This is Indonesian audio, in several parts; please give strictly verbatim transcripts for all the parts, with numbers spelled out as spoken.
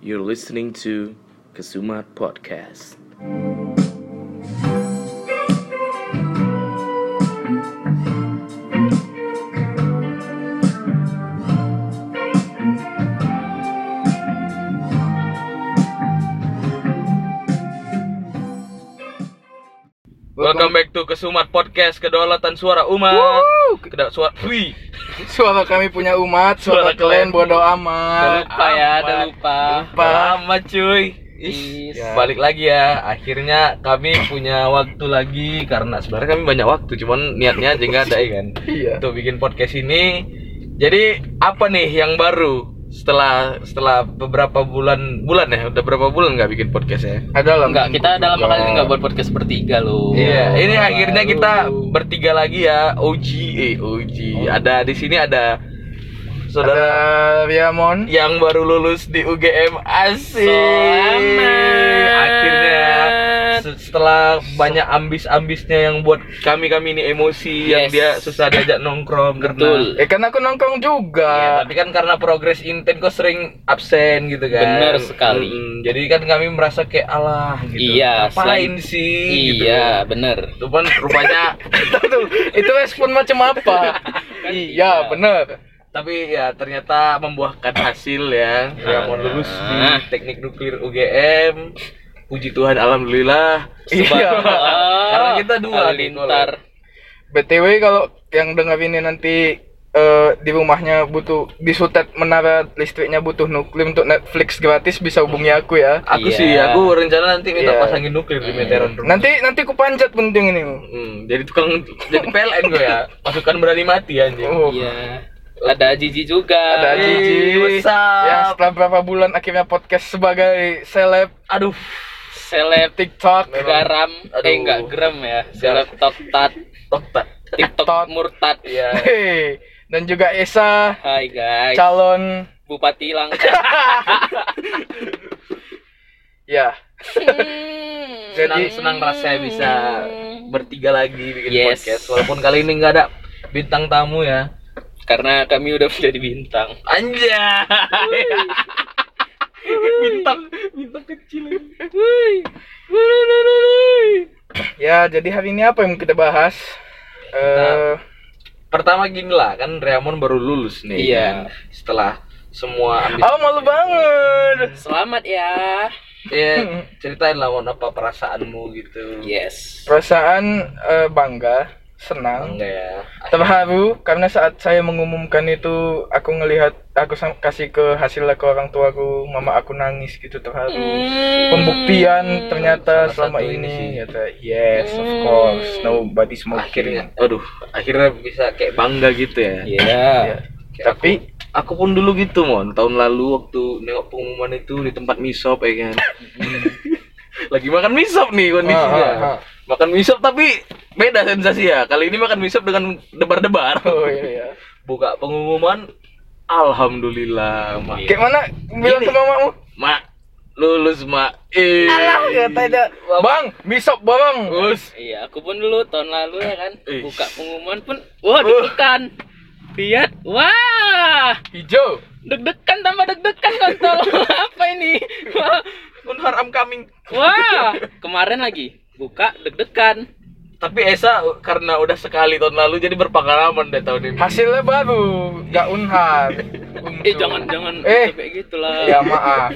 You're listening to Kesumat Podcast. Welcome back to Kesumat Podcast, kedaulatan suara umat. Kedaulatan suara, wih. Suara kami punya umat, suara, suara kalian bodo amat. Lupa ya, udah lupa. Lupa amat cuy. Is, ya. Balik lagi ya. Akhirnya kami punya waktu lagi karena sebenarnya kami banyak waktu, cuman niatnya aja nggak ada ya kan. Iya. Untuk bikin podcast ini. Jadi apa nih yang baru? Setelah setelah beberapa bulan bulan ya, udah berapa bulan nggak bikin podcast ya? Ada lah. Enggak, kita dalam kali ini nggak buat podcast bertiga loh. Iya, ini baru. akhirnya kita bertiga lagi ya. O G, eh O G. Oh. Ada di sini ada saudara ada Riamon yang baru lulus di U G M. Asik. Selamat. Akhirnya setelah banyak ambis-ambisnya yang buat kami-kami ini emosi, yes, yang dia susah diajak nongkrong. Betul. Karena, eh kan aku nongkrong juga. Iya, tapi kan karena progres inten kok sering absen gitu kan. Benar sekali. Hmm, jadi kan kami merasa kayak alah gitu. Iya, Apain selain, sih? Gitu. Iya, benar. Cuman rupanya itu respon macam apa? Kan iya, bener. Tapi ya ternyata membuahkan hasil ya. Yang mau lulus di Teknik Nuklir U G M. Puji Tuhan, alhamdulillah. Iya. Karena kita dua lintar. B T W kalau yang dengar ini nanti uh, di rumahnya butuh disutet menara listriknya butuh nuklir untuk Netflix gratis, bisa hubungi aku ya. Aku Iya. sih, aku rencana nanti minta Iya. pasangin nuklir di meteran rumah. Nanti nanti aku panjat penting ini. Hmm, jadi tukang jadi P L N gue ya. Pasukan berani mati anjing. Oh. Iya. Ada Jiji juga. Ada Hey, Gigi what's up? yang setelah berapa bulan akhirnya podcast sebagai seleb. Aduh, Seleb TikTok. garam. Aduh. Eh enggak gram ya. Seleb toktat. toktat. TikTok Tot. murtad. Iya. Hey, dan juga Esa, Hai guys. calon Bupati Langkat. ya. Hmm. Senang Jadi- senang rasanya bisa bertiga lagi bikin Yes. podcast. Walaupun kali ini nggak ada bintang tamu ya. Karena kami udah menjadi bintang. Anjay. bintang bintang kecil. Ya, jadi hari ini apa yang kita bahas? Eh, Pertama gini lah, kan Riamon baru lulus nih. Iya. kan? Setelah semua ambis. oh malu banget. Selamat ya. Ya, ceritain lah Mon, apa perasaanmu gitu. Yes. Perasaan eh, bangga, senang, Enggak ya. terharu karena saat saya mengumumkan itu aku ngelihat aku sam- kasih ke hasil ke orang tuaku, mama aku nangis gitu, terharu. Pembuktian ternyata Salah selama satu ini sih. ini kata yes of course nobody smoking. Akhirnya, aduh, akhirnya bisa kayak bangga gitu ya. Iya. Ya. Kayak Tapi aku, aku pun dulu gitu Mon, tahun lalu waktu nengok pengumuman itu di tempat misop ya kan. Lagi makan misop nih kondisinya. Ah, ah, ah. Makan misop tapi beda sensasi ya. Kali ini makan misop dengan debar-debar. oh iya iya. Buka pengumuman, alhamdulillah, Mak. Kayak mana bilang Gini. ke mamamu? Mak, lulus, Mak. Eh. Alah kata dia, bang, misop bang. Us. Iya, aku pun dulu tahun lalu ya kan, Ih. buka pengumuman pun, wah deg-degan. Lihat, wah, Hijau. deg-degan tambah deg-degan kontol. Apa ini? Wah, Unhar I'm coming. wah, kemarin lagi buka deg-degan. Tapi Esa karena udah sekali tahun lalu jadi berpengalaman deh tahun ini. Hasilnya baru, gak unhar. Eh jangan jangan Eh. sampai gitulah. Ya maaf.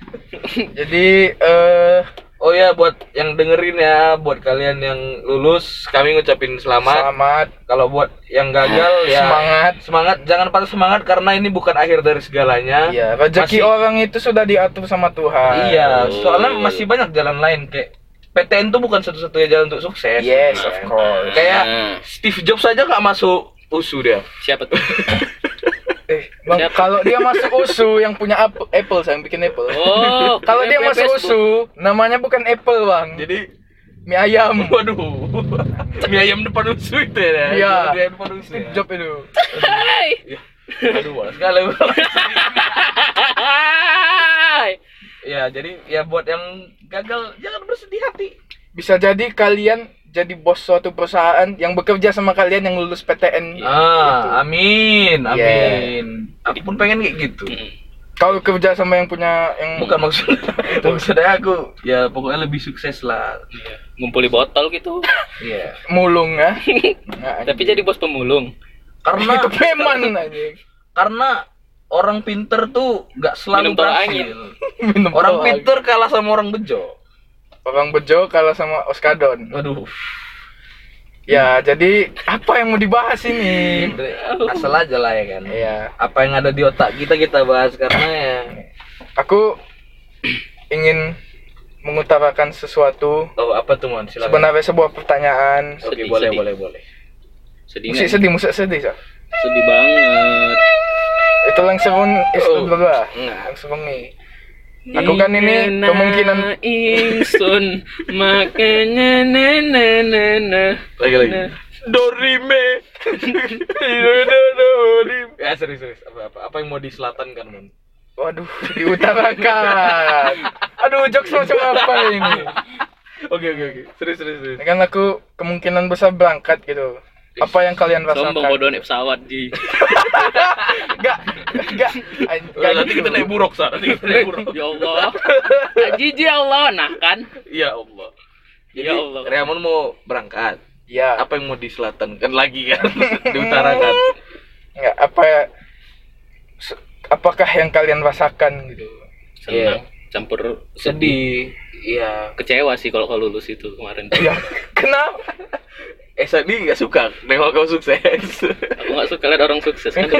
Jadi eh Oh ya, buat yang dengerin ya, buat kalian yang lulus, kami ngucapin selamat. selamat, Kalau buat yang gagal ya semangat. semangat, jangan patah semangat karena ini bukan akhir dari segalanya. Iya, rezeki Masih- orang itu sudah diatur sama Tuhan. Iya, soalnya masih banyak jalan lain kayak P T N tuh bukan satu-satunya jalan untuk sukses. Yes, gitu of kan. course. Kayak Nah, Steve Jobs aja nggak masuk U S U dia. siapa tuh? Eh, Bang, Siapa? kalau dia masuk U S U yang punya Apple, Apple saya yang bikin Apple. Oh, Kalau dia F- masuk U S U, namanya bukan Apple, Bang. Jadi, Mie ayam. waduh, mie ayam depan U S U itu ya. Iya. Mie ayam depan U S U. Steve Ya. Jobs itu. Hai. Aduh, malas sekali. Ya, jadi ya buat yang gagal jangan bersedih hati. Bisa jadi kalian jadi bos suatu perusahaan yang bekerja sama kalian yang lulus P T N. Ah, amin, Iya. amin. Aku pun pengen kayak gitu. Mm. Kau kerja sama yang punya yang Bukan maksudnya, maksudnya aku ya pokoknya lebih sukses lah. Iya. Ngumpuli botol gitu. Iya. mulung ya. Nah, Tapi jadi bos pemulung. Karena itu preman anjing. karena orang pinter tuh nggak selalu Minum tolak berhasil. angin. Minum Orang tolak. pinter kalah sama orang bejo. Orang bejo kalah sama Oskadon. Waduh. Ya, jadi apa yang mau dibahas ini? Asal aja lah ya kan. Iya. Apa yang ada di otak kita kita bahas karena ya. Aku ingin mengutarakan sesuatu. Oh apa tuh Mon? Silakan. Sebenarnya sebuah pertanyaan. Oke Sedih, boleh sedih. boleh boleh. Sedih Musik nggak? sedih, musik sedih, Sa. Sedih banget. Itu yang serung itu Oh. berapa? Enggak. Yang serung nih. Aku kan ini kemungkinan Ingsun makanya na na na na. Lagi lagi. Nah. Dorime. Dorime. Ya serius serius. Apa apa apa yang mau di selatan kan Mon? Waduh, diutarakan. Aduh, jokes macam apa ini? Oke oke oke. Serius serius serius. Ini kan aku kemungkinan besar berangkat gitu. Apa yang kalian rasakan? Sombong bodoh naik pesawat di. Enggak, enggak. Enggak, nanti kita naik buruk sa. Nanti kita naik buruk. Ya Allah. Jiji Allah nah kan. Ya Allah. Jadi Ya Allah. Raymond mau berangkat. Ya, Apa yang mau di selatan kan lagi kan? Di utara kan. enggak apa se- apakah yang kalian rasakan gitu? Senang. Campur Sedih. sedih. Iya. Kecewa sih kalau kau lulus itu kemarin. Ya, kenapa? Eh Sadi nggak suka nengok kau sukses. Aku nggak suka lihat orang sukses kan.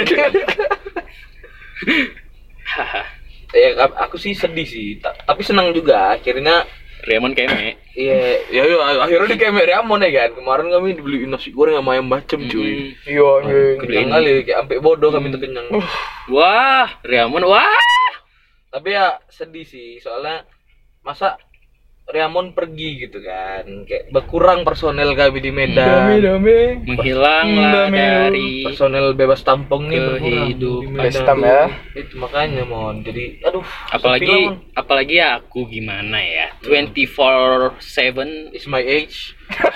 Haha. Ya aku sih sedih sih. Ta- tapi senang juga akhirnya. Raymond keme. Iya, ya, ya akhirnya di kayak Raymond ya kan. Kemarin kami dibeliin nasi goreng sama ayam bacem cuy. Mm. Iya, anjing. Kenyang kali kayak sampai bodoh kami tuh kenyang. Wah, Raymond wah. Tapi ya sedih sih soalnya masa Raymond pergi gitu kan. Kayak berkurang personel kami di Dami, Medan. dami. Menghilanglah Dami. dari Personel bebas tampung nih berkurang Kehidupan. di Medan. Bebas tam ya. Itu makanya Mon. Jadi aduh, apalagi sepi lah, Mon. apalagi aku gimana ya twenty-four seven It's my age.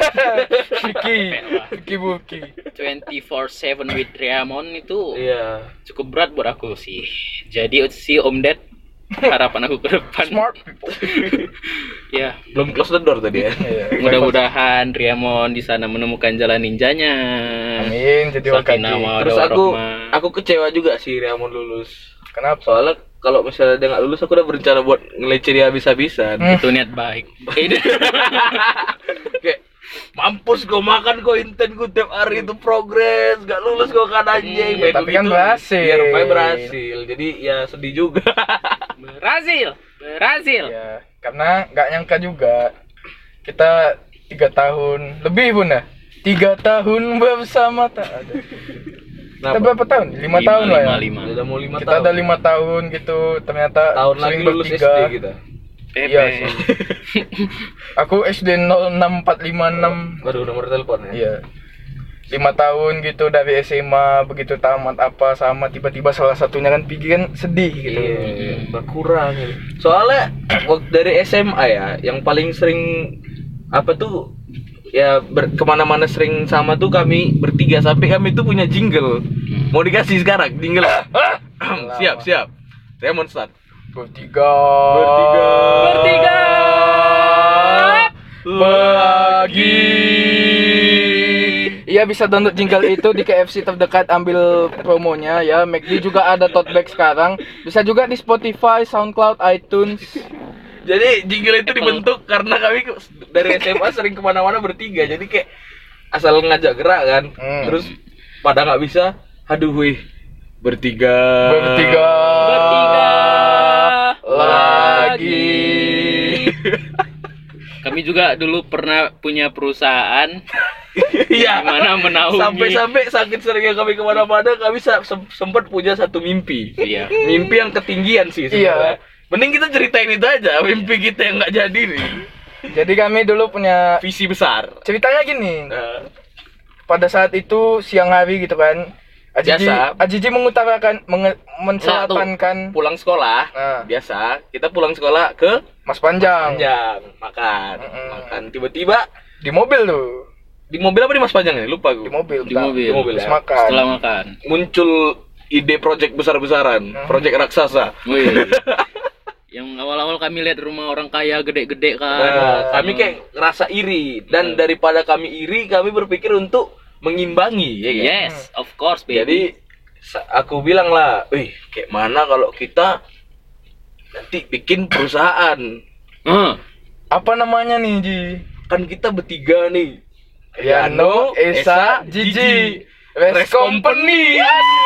Vicky, Vicky Buki. twenty-four seven with Raymond itu Iya. cukup berat buat aku sih. Jadi si Om Ded harapan aku ke depan. Smart people. Ya, Belum close the door tadi ya. Iya. mudah-mudahan Raymond di sana menemukan jalan ninjanya. Amin, jadi Sakinah Wakati. mawaddah Terus aku warahmah. aku kecewa juga sih Raymond lulus. Kenapa? Soalnya kalau misalnya dia nggak lulus aku udah berencana buat ngeleceh dia habis-habisan. Hmm. Itu niat baik. Ini Kayak mampus gue makan gue inten gue tiap hari itu progres, gak lulus gue kan anjing. Iya, Main tapi kan begitu. berhasil. Iya rupanya berhasil. Jadi ya sedih juga. berhasil, berhasil. Ya, karena nggak nyangka juga kita tiga tahun lebih pun ya. Tiga tahun bersama tak ada. Kita berapa tahun? Lima, Lima, tahun lah ya. lima, lima. Udah mau lima Kita tahun. ada lima tahun gitu. Ternyata tahun lagi sering lulus bertiga. S D kita. Pepe. Iya sih. Aku S D nol enam empat lima enam. Waduh nomor telepon ya. Iya. Lima tahun gitu dari S M A begitu tamat apa sama tiba-tiba salah satunya kan pikiran sedih gitu. Iya, berkurang gitu. Soalnya waktu dari S M A ya, yang paling sering apa tuh ya ber, kemana-mana sering sama tuh kami bertiga sampai kami tuh punya jingle. Mau dikasih sekarang jingle. siap siap. Raymond start. Bertiga. Bertiga. Bertiga. Lagi. Iya bisa download jingle itu di K F C terdekat, ambil promonya ya. McD juga ada tote bag sekarang. Bisa juga di Spotify, SoundCloud, iTunes. Jadi jingle itu dibentuk karena kami dari S M A sering kemana-mana bertiga. Jadi kayak asal ngajak gerak kan. Hmm. Terus pada nggak bisa, aduh wih bertiga. Bertiga. Bertiga. Lagi. Kami juga dulu pernah punya perusahaan Iya. Gimana menaungi. Sampai-sampai sakit seringnya kami kemana-mana, kami sa- sem- sempat punya satu mimpi. Iya. Mimpi yang ketinggian sih sebenarnya. Iya. Mending kita ceritain itu aja, mimpi kita yang nggak jadi nih. Jadi kami dulu punya Visi besar. ceritanya gini. Nah, Pada saat itu siang hari gitu kan. Ajiji, Biasa. Ajiji mengutarakan menge, menselatankan pulang sekolah, Nah. biasa kita pulang sekolah ke Mas Panjang Panjang, makan, Mm-mm. makan. Tiba-tiba di mobil tuh. di mobil apa di Mas Panjang ini? Lupa gue. Di mobil. Di bentar. mobil. Di mobil Terus ya. makan. Setelah makan. Muncul ide project besar-besaran, project raksasa. Wih. Yang awal-awal kami lihat rumah orang kaya gede-gede kan. Nah, kami kayak ngerasa iri dan daripada kami iri, kami berpikir untuk mengimbangi, ya kan? Yes, of course, baby. Jadi sa- aku bilang lah, wih, kayak mana kalau kita nanti bikin perusahaan? Hmm. Apa namanya nih, Ji? Kan kita bertiga nih. Yano, Esa, Gigi. Res Company.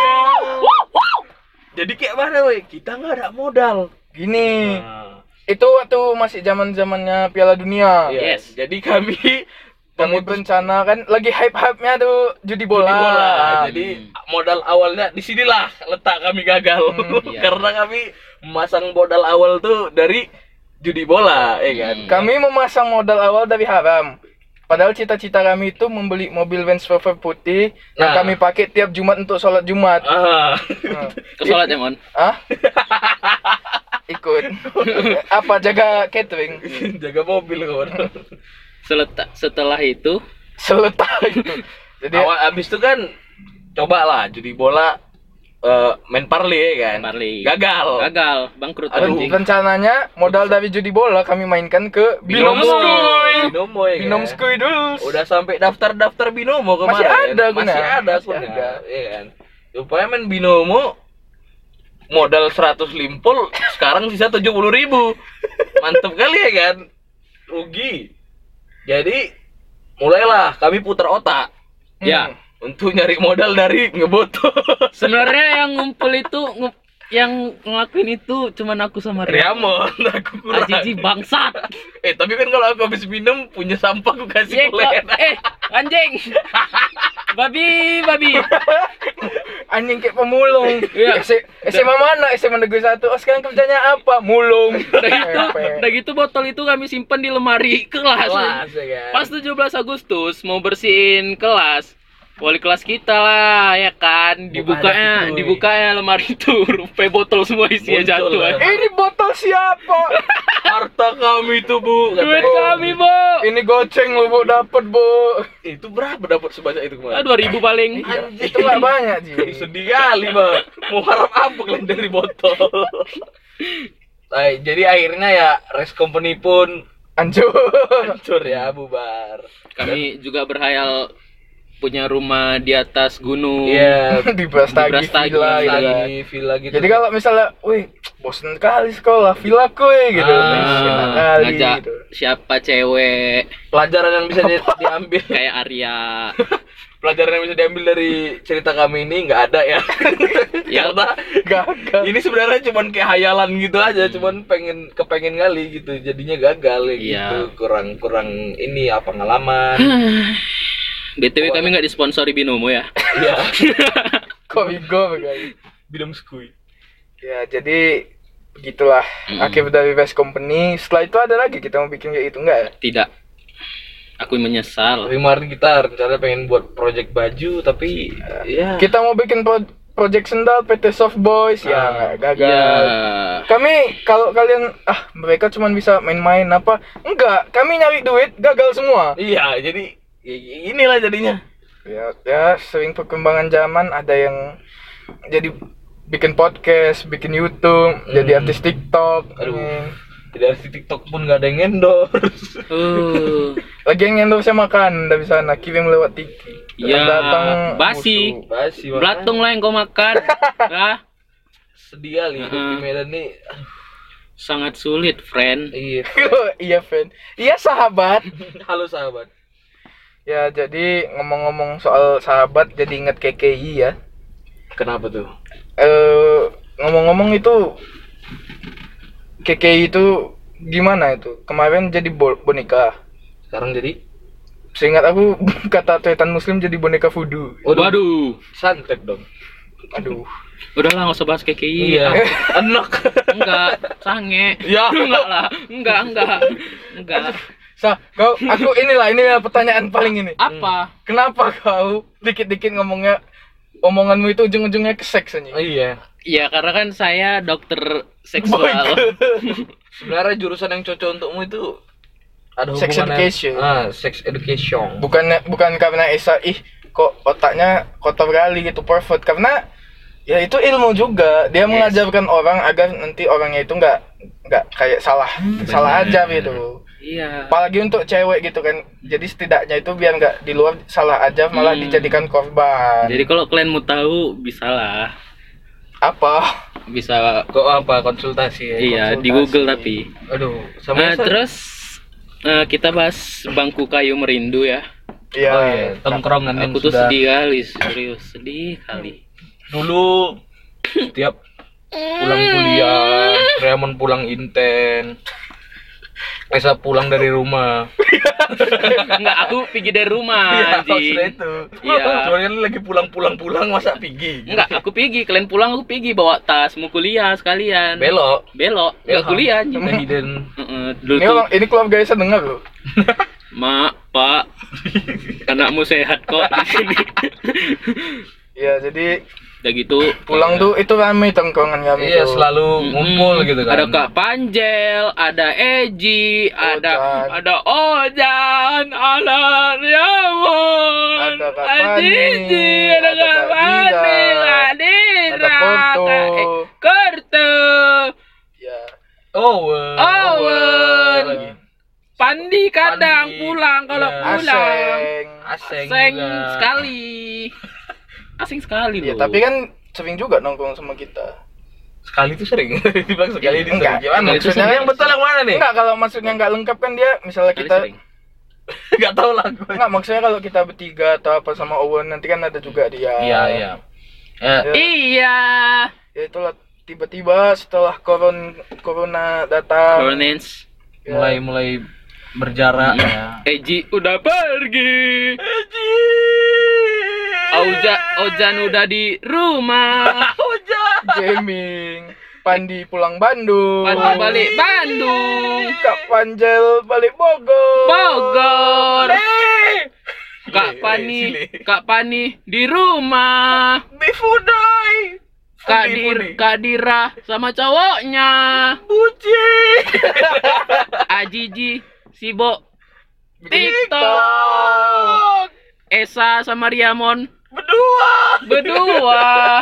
Jadi kayak mana, weh? Kita nggak ada modal. Gini, Nah, itu waktu masih zaman-zamannya Piala Dunia. iya. Yes. Jadi kami Kami berencana kan lagi hype-hype-nya tuh judi bola. Judi bola. Ah, Jadi modal awalnya di sinilah letak kami gagal. iya. Karena kami memasang modal awal tuh dari judi bola, ya kan? Hmm. kami memasang modal awal dari haram. Padahal cita-cita kami itu membeli mobil Range Rover putih yang Nah. kami pakai tiap Jumat untuk sholat Jumat. Ah. Nah. Ke sholat ya, Mon? Hah? Ikut. Apa jaga catering? Jaga mobil kawan. Seleta- setelah itu Seletak itu. Jadi Awal abis itu kan coba lah judi bola eh, main parley ya kan. Parley. Gagal. gagal, bangkrut Aduh. anjing. rencananya modal dari judi bola kami mainkan ke Binomo. Binomo ya. Binomo kan? Skuy dulu. Udah sampai daftar-daftar Binomo kemarin. Masih ada, Masih Guna. ada Masih akunnya. ada. Iya kan. Supaya main Binomo modal seratus limpul sekarang sisa tujuh puluh ribu. Mantep kali ya kan. Rugi. Jadi mulailah kami putar otak Ya, untuk nyari modal dari ngebotol. sebenarnya yang ngumpul itu ngu- yang ngelakuin itu cuman aku sama Riam. Riamon, aku kurang. Ajiji bangsat. Eh tapi kan kalau aku habis minum punya sampah aku kasih Ye, ke kok- Lena. eh, anjing. Babi, babi. Anjing kayak pemulung. Iya. S- S M A mana? S M A Negeri satu. Oh, sekarang kerjanya apa? Mulung. Udah gitu, Pepe. udah gitu botol itu kami simpan di lemari kelas. Kelas ya kan. Pas tujuh belas Agustus mau bersihin kelas, wali kelas kita lah ya kan, dibukanya ada itu, dibukanya lemari itu, rupanya botol semua isinya Muncul jatuh. lah. eh. Ini botol siapa? Harta kami itu bu. Duit katanya. kami, Bu. Ini goceng lu Bu dapat, Bu. Itu berapa dapat sebanyak itu Ah, kemarin? dua ribu paling. Anjing. Itu enggak banyak, Ji. Sedih kali bang. Mau harap apa kalian dari botol? Nah, jadi akhirnya ya Res Company pun Hancur. hancur ya bubar. Kami juga berhayal punya rumah di atas gunung. Iya. Di Brastagi Di Brastagi, villa gitu kan. Lagi villa gitu. Jadi kalau misalnya, wih, bosen kali sekolah, villa kuy gitu. Ah, Enak kali ngajak gitu. siapa cewek pelajaran yang bisa di- diambil, kayak Arya. pelajaran yang bisa diambil dari cerita kami ini nggak ada ya. Ya. Karena Gagal. ini sebenarnya cuman kayak hayalan gitu aja, cuman pengen kepengen kali gitu, jadinya gagal ya Iya. gitu, kurang kurang ini apa pengalaman. B T W kami nggak disponsori Binomo ya. Iya. Kok bigo kali. Bidom skui. Ya, jadi begitulah Mm. akhir dari Res Company. Setelah itu ada lagi kita mau bikin kayak itu enggak ya? Tidak. Aku menyesal. Kemarin kita rencana pengen buat project baju tapi ya Kita mau bikin pro- project sendal P T Soft Boys ya Ah, nggak gagal. Ya. Kami kalau kalian ah mereka cuma bisa main-main apa? Enggak, kami nyari duit gagal semua. iya jadi ya, inilah jadinya. Ya, ya sering perkembangan zaman ada yang jadi bikin podcast, bikin YouTube, jadi artis TikTok. Aduh. Hmm. Tidak di TikTok pun nggak ada yang endorse. Uh, Lagi yang endorse makan dari sana kirim lewat Tiki. Ya, Yang datang basi. busuk. Basi makanya. Belatung lah yang kau makan. Nah, Sedih kali hidup di Medan nih. Aduh, sangat sulit, friend. iya. Iya, Fen. Iya, sahabat. Halo sahabat. Ya, jadi ngomong-ngomong soal sahabat jadi inget K K I ya. Kenapa tuh? Eh ngomong-ngomong itu K K I itu gimana itu? Kemarin jadi bo- boneka. Sekarang jadi? Seingat aku kata tweetan muslim jadi boneka voodoo. Waduh. Santet dong. Aduh. Udahlah nggak usah bahas K K I. Iya. Enak. Enggak, sange. Ya. Enggak lah. Enggak, enggak. Enggak. Sa, kau aku inilah inilah pertanyaan paling ini. Apa? Kenapa kau dikit-dikit ngomongnya omonganmu itu ujung-ujungnya ke seks anjing? Oh, iya. Ya karena kan saya dokter seksual. Sebenarnya jurusan yang cocok untukmu itu ada hubungannya. Sex education. Ah, sex education. Bukan bukan karena Esa ih kok otaknya kotor kali gitu pervert, karena Ya itu ilmu juga. Dia Yes. mengajarkan orang agar nanti orangnya itu nggak nggak kayak salah salah ajar gitu. Iya. Apalagi untuk cewek gitu kan. Jadi setidaknya itu biar nggak di luar salah ajar malah Hmm. dijadikan korban. Jadi kalau kalian mau tahu bisa lah, Apa? bisa. Kok apa konsultasi ya? Iya di konsultasi. Google tapi. Aduh, Nah, sama saya- terus eh, kita bahas bangku kayu merindu ya. Iya. Oh iya, tongkrongan yang Aku tuh sudah sedih kali, serius sedih kali. dulu setiap pulang kuliah, Raymond pulang inten, Esa pulang dari rumah. Enggak, aku pergi dari rumah. Iya, anjing. maksudnya itu. Iya. Cuman kan lagi pulang-pulang-pulang masa pergi. Enggak, aku pergi. Kalian pulang, aku pergi bawa tas, mau kuliah sekalian. Belok. Belok. Enggak Belok. kuliah anjing. Kita hidden. Heeh, dulu Ini tuh, orang ini keluarga saya dengar loh. Mak, Pak, anakmu sehat kok di sini. Ya jadi Udah gitu pulang tuh itu rame tongkrongan kami Iya, tuh. selalu ngumpul Mm-mm. gitu kan. Ada Kak Panjel, ada Eji, ada Ojan. ada Ojan, ada Riamon, Ada Kak Ajiji, Pani, ada ada Kak Kak Pani, Dida, Kak Dira, ada Porto. Kak eh, Korto, Ya. Oh, Owen, lagi. Pandi kadang Pandi, pulang kalau iya. pulang. Aseng. Aseng, Asing juga. sekali. Asing sekali Ya loh. tapi kan sering juga nongkrong sama kita. Sekali itu sering. Dibilang sekali itu Enggak. sering. Gimana? Enggak, itu Maksudnya sering. yang betul yang mana nih? Enggak, kalau maksudnya enggak lengkap kan dia misalnya Sekali kita sering. Enggak tahu lah gue. enggak maksudnya kalau kita bertiga atau apa sama Owen nanti kan ada juga dia. Iya, iya. Eh, Ya, Iya. ya itulah tiba-tiba setelah koron corona datang. Coronance. ya, mulai mulai berjarak ya. Eji udah pergi. Eji. Auja, Ojan udah di rumah. gaming. Pandi pulang Bandung. Pandi balik Bandung. Kak Panjel balik Bogor. Bogor. Kak Sile, Pani, sile. Kak Pani di rumah. Bifudai. Kak Dir, Kak Dira sama cowoknya. Buci. Ajiji, Sibo, Bikin TikTok. Esa sama Riamon Berdua. berdua.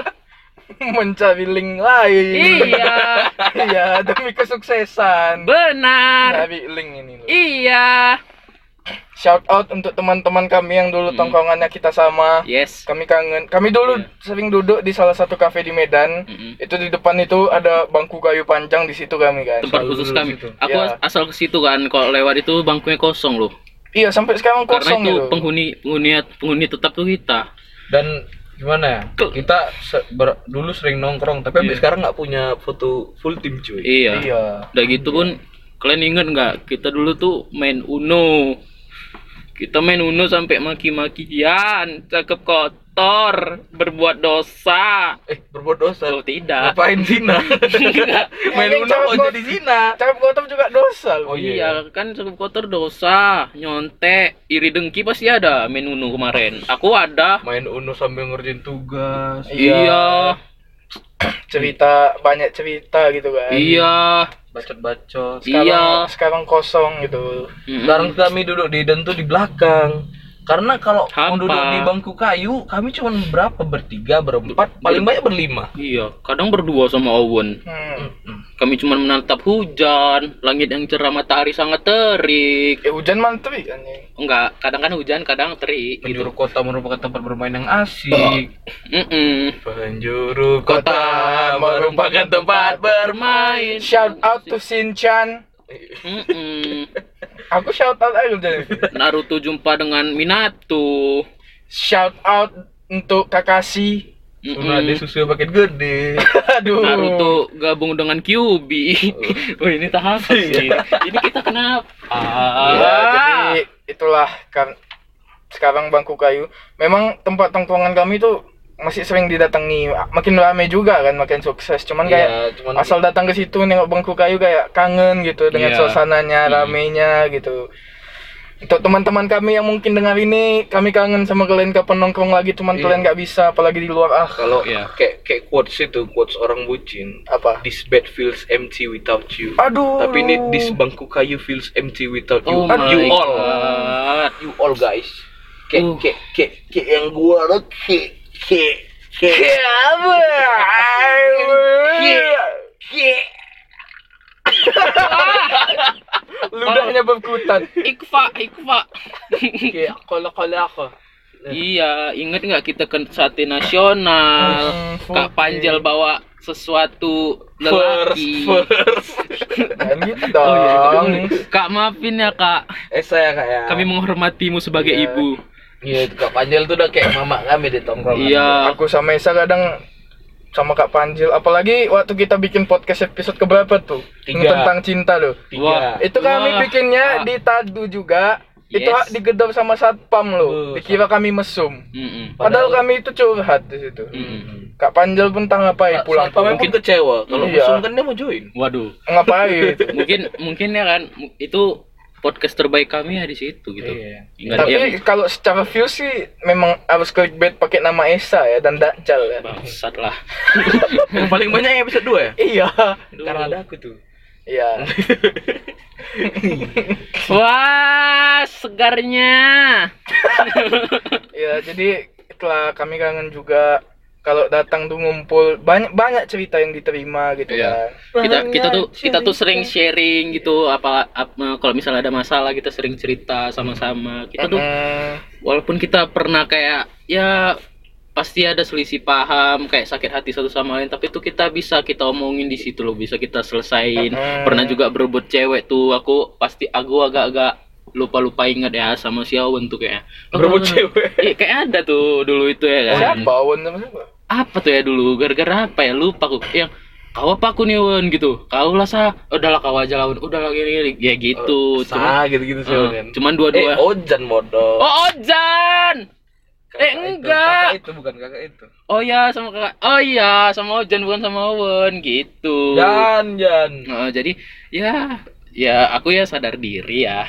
mencari link lain. Iya, Iya, demi kesuksesan. benar. Cari link ini loh. Iya. Shout out untuk teman-teman kami yang dulu Hmm. tongkrongannya kita sama. Yes. Kami kangen. Kami dulu Iya. sering duduk di salah satu kafe di Medan. Mm-mm. Itu di depan itu ada bangku kayu panjang di situ kami kan. Tempat Selalu khusus duduk kami. situ. Aku Iya. asal ke situ kan. Kalau lewat itu bangkunya kosong loh. Iya, sampai sekarang Karena kosong itu gitu. penghuni penghuni penghuni tetap tuh kita. Dan gimana ya? Kita se- ber- dulu sering nongkrong, tapi Iya. sampai sekarang nggak punya foto full tim cuy. Iya. Iya. Udah gitu pun kalian ingat nggak? Kita dulu tuh main Uno. Kita main Uno sampai maki-makian, cakep kotor, berbuat dosa. Eh, berbuat dosa. Oh tidak. Ngapain zina? Main Ini Uno cakep kok kot- jadi zina. Cakep kotor juga dosa Oh, loh. Iya, kan cakep kotor dosa, nyontek, iri dengki pasti ada main Uno kemarin. Aku ada. Main Uno sambil ngerjain tugas. Iya. Cerita banyak cerita gitu kan. Iya. Bacot-bacot. Sekarang, Iya. sekarang kosong gitu. Mm-mm. Sekarang kami duduk di dan tuh di belakang. Karena kalau mau Hampa. duduk di bangku kayu, kami cuma berapa? Bertiga, berempat, paling banyak berlima. Iya, kadang berdua sama Owen. Hmm. Kami cuma menatap hujan, langit yang cerah, matahari sangat terik. Ya hujan mantri anjing. Enggak, kadang kan hujan, kadang terik gitu. Penjuru kota merupakan tempat bermain yang asik. Mm-mm. Penjuru kota merupakan tempat bermain. Shout out to Shinchan. Mm-mm. Aku shout out aja jadi. Naruto jumpa dengan Minato. Shout out untuk Kakashi. Sunah Mm-mm. dia susu paket gede. Aduh. Naruto gabung dengan Kyuubi. Oh ini tahap sih. Ini kita kenapa? Ya, jadi itulah kan sekarang bangku kayu. Memang tempat tongkrongan kami tuh masih sering didatangi. Makin ramai juga kan, makin sukses. Cuman kayak Iya, cuman asal datang ke situ nengok bangku kayu kayak kangen gitu dengan Iya. suasananya, Hmm. ramainya gitu. Untuk teman-teman kami yang mungkin dengar ini, kami kangen sama kalian kapan nongkrong lagi, cuman Iya. kalian nggak bisa, apalagi di luar ah. kalau Iya. kayak kayak quotes itu, quotes orang bucin. Apa? This bed feels empty without you. Aduh. Tapi ini this bangku kayu feels empty without you. Oh my you all. God. You all guys. Kayak Uh. kayak kayak kayak yang gua lo kayak kayak Ludahnya berkutat. Ikfa, ikfa. Kayak kola-kola aku. Iya, ingat nggak kita ke sate nasional? Hmm, Kak oke. Panjel bawa sesuatu First, lelaki. first. Jangan gitu Oh iya, dong. Kak maafin ya kak, Eh saya kayak. kami menghormatimu sebagai Iya. ibu. Iya, Kak Panjel tuh udah kayak mama kami di tongkrongan. Iya. Aku sama Esa kadang sama Kak Panjil, apalagi waktu kita bikin podcast episode keberapa tuh? Yang Tiga. tentang cinta loh. Tiga. Wah. Itu kami Wah. bikinnya Ah. di Tadu juga. Itu Yes. digedor sama satpam loh. Uh, Dikira kami mesum. Mm-mm. Padahal Padahal- kami itu curhat di situ. Mm-mm. Kak Panjel pun tak ngapain pulang Kami pulang. pun kecewa. Kalau Iya. musuh kan dia mau join. Waduh, Ngapain? mungkin mungkin ya kan itu podcast terbaik kami ya di situ gitu. Iya. Ingat Tapi ya, kalau secara view sih memang harus clickbait pakai nama Esa ya dan Dajjal ya. bangsat lah. Yang paling banyak yang episode dua ya? Iya. Karena ada aku tuh. Iya. Wah, segarnya. Iya, jadi itulah kami kangen juga kalau datang tuh ngumpul banyak banyak cerita yang diterima gitu Iya. kan. Kita kita tuh kita tuh sering sharing gitu apa, apa kalau misalnya ada masalah kita sering cerita sama-sama. Kita tuh Mm, walaupun kita pernah kayak ya pasti ada selisih paham kayak sakit hati satu sama lain, tapi tuh kita bisa kita omongin di situ loh, bisa kita selesain. Mm. Pernah juga berebut cewek tuh, aku pasti aku agak-agak lupa-lupa ingat ya sama si Awan tuh kayak Berebut cewek. Iya kayak ada tuh dulu itu ya kan. siapa Wan sama siapa? Apa tuh ya dulu, gara-gara apa ya lupa aku yang kau apa aku nih Wan gitu, kau lah sah, udahlah kau aja lawan, udahlah gini gini ya gitu. Cuma Sah gitu-gitu sih eh, kan. cuman Eh, dua-dua. Ojan bodoh. Oh Ojan. Kakak eh, itu, enggak. Kakak itu bukan kakak itu. Oh ya sama kakak. Oh iya sama Ojan bukan sama Owen gitu. Jan, Jan. Nah, jadi ya ya aku ya sadar diri ya.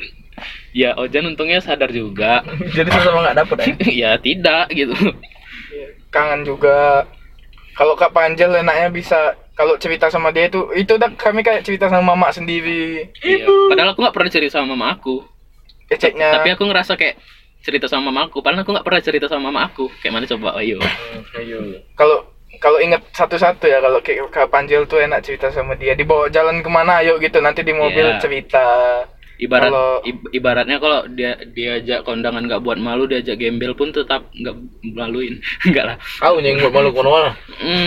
Ya Ojan untungnya sadar juga. Jadi sama nggak dapet ya? Ya tidak gitu. Iya, kangen juga. Kalau Kak Panjel enaknya bisa kalau cerita sama dia itu itu udah kami kayak cerita sama mama sendiri. Iya. Padahal aku nggak pernah cerita sama mama aku. Eceknya. Tapi aku ngerasa kayak cerita sama mama aku. Padahal aku nggak pernah cerita sama mama aku. Kayak mana coba? Ayo. Ayo. Kalau kalau inget satu-satu ya kalau kayak Kak Panjel tuh enak cerita sama dia. Dibawa jalan kemana ayo gitu nanti di mobil Iya. cerita. Ibarat Kalau- ib- ibaratnya kalau dia diajak kondangan nggak buat malu, diajak gembel pun tetap nggak maluin. Enggak lah. Kau yang buat malu kono mana?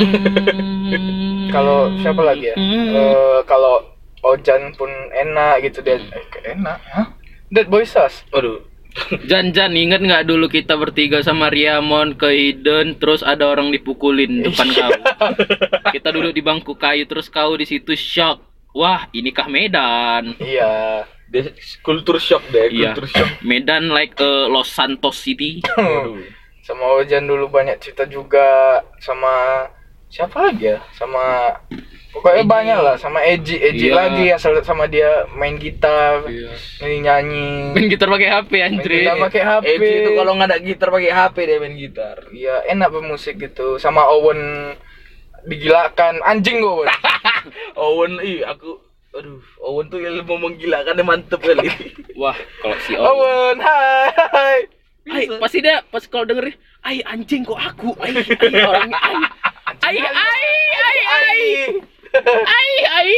Hmm. Kalau siapa lagi ya? Hmm. Eh, kalau Ojan pun enak gitu dia. Eh, kayak enak. Hah? Dead Boy Sas. Aduh. Jan Jan inget nggak dulu kita bertiga sama Riamon ke Eden terus ada orang dipukulin depan kau. Kita duduk di bangku kayu terus kau di situ shock. Wah, inikah Medan? Iya. Dia kultur shock deh, Iya. kultur shock. Medan like uh, Los Santos City. Aduh. Sama Ojan dulu banyak cerita juga sama siapa lagi ya? Sama pokoknya Eji. banyak lah sama Eji, Eji Iya. lagi asal sama dia main gitar, Iya. nyanyi nyanyi. Main gitar pakai H P Main anjir. gitar pakai H P. Eji itu kalau nggak ada gitar pakai H P dia main gitar. Iya enak bermusik gitu. Sama Owen digilakan anjing Owen. Owen, ih aku, aduh, Owen tuh yang mau menggilakan dia mantep kali. Wah, kalau si Owen. Owen, hai. Ay, pasti dia pas kalau denger, ay anjing kok aku, ay, ay orangnya, ay, ay, ay, ay, ay, ay, ay.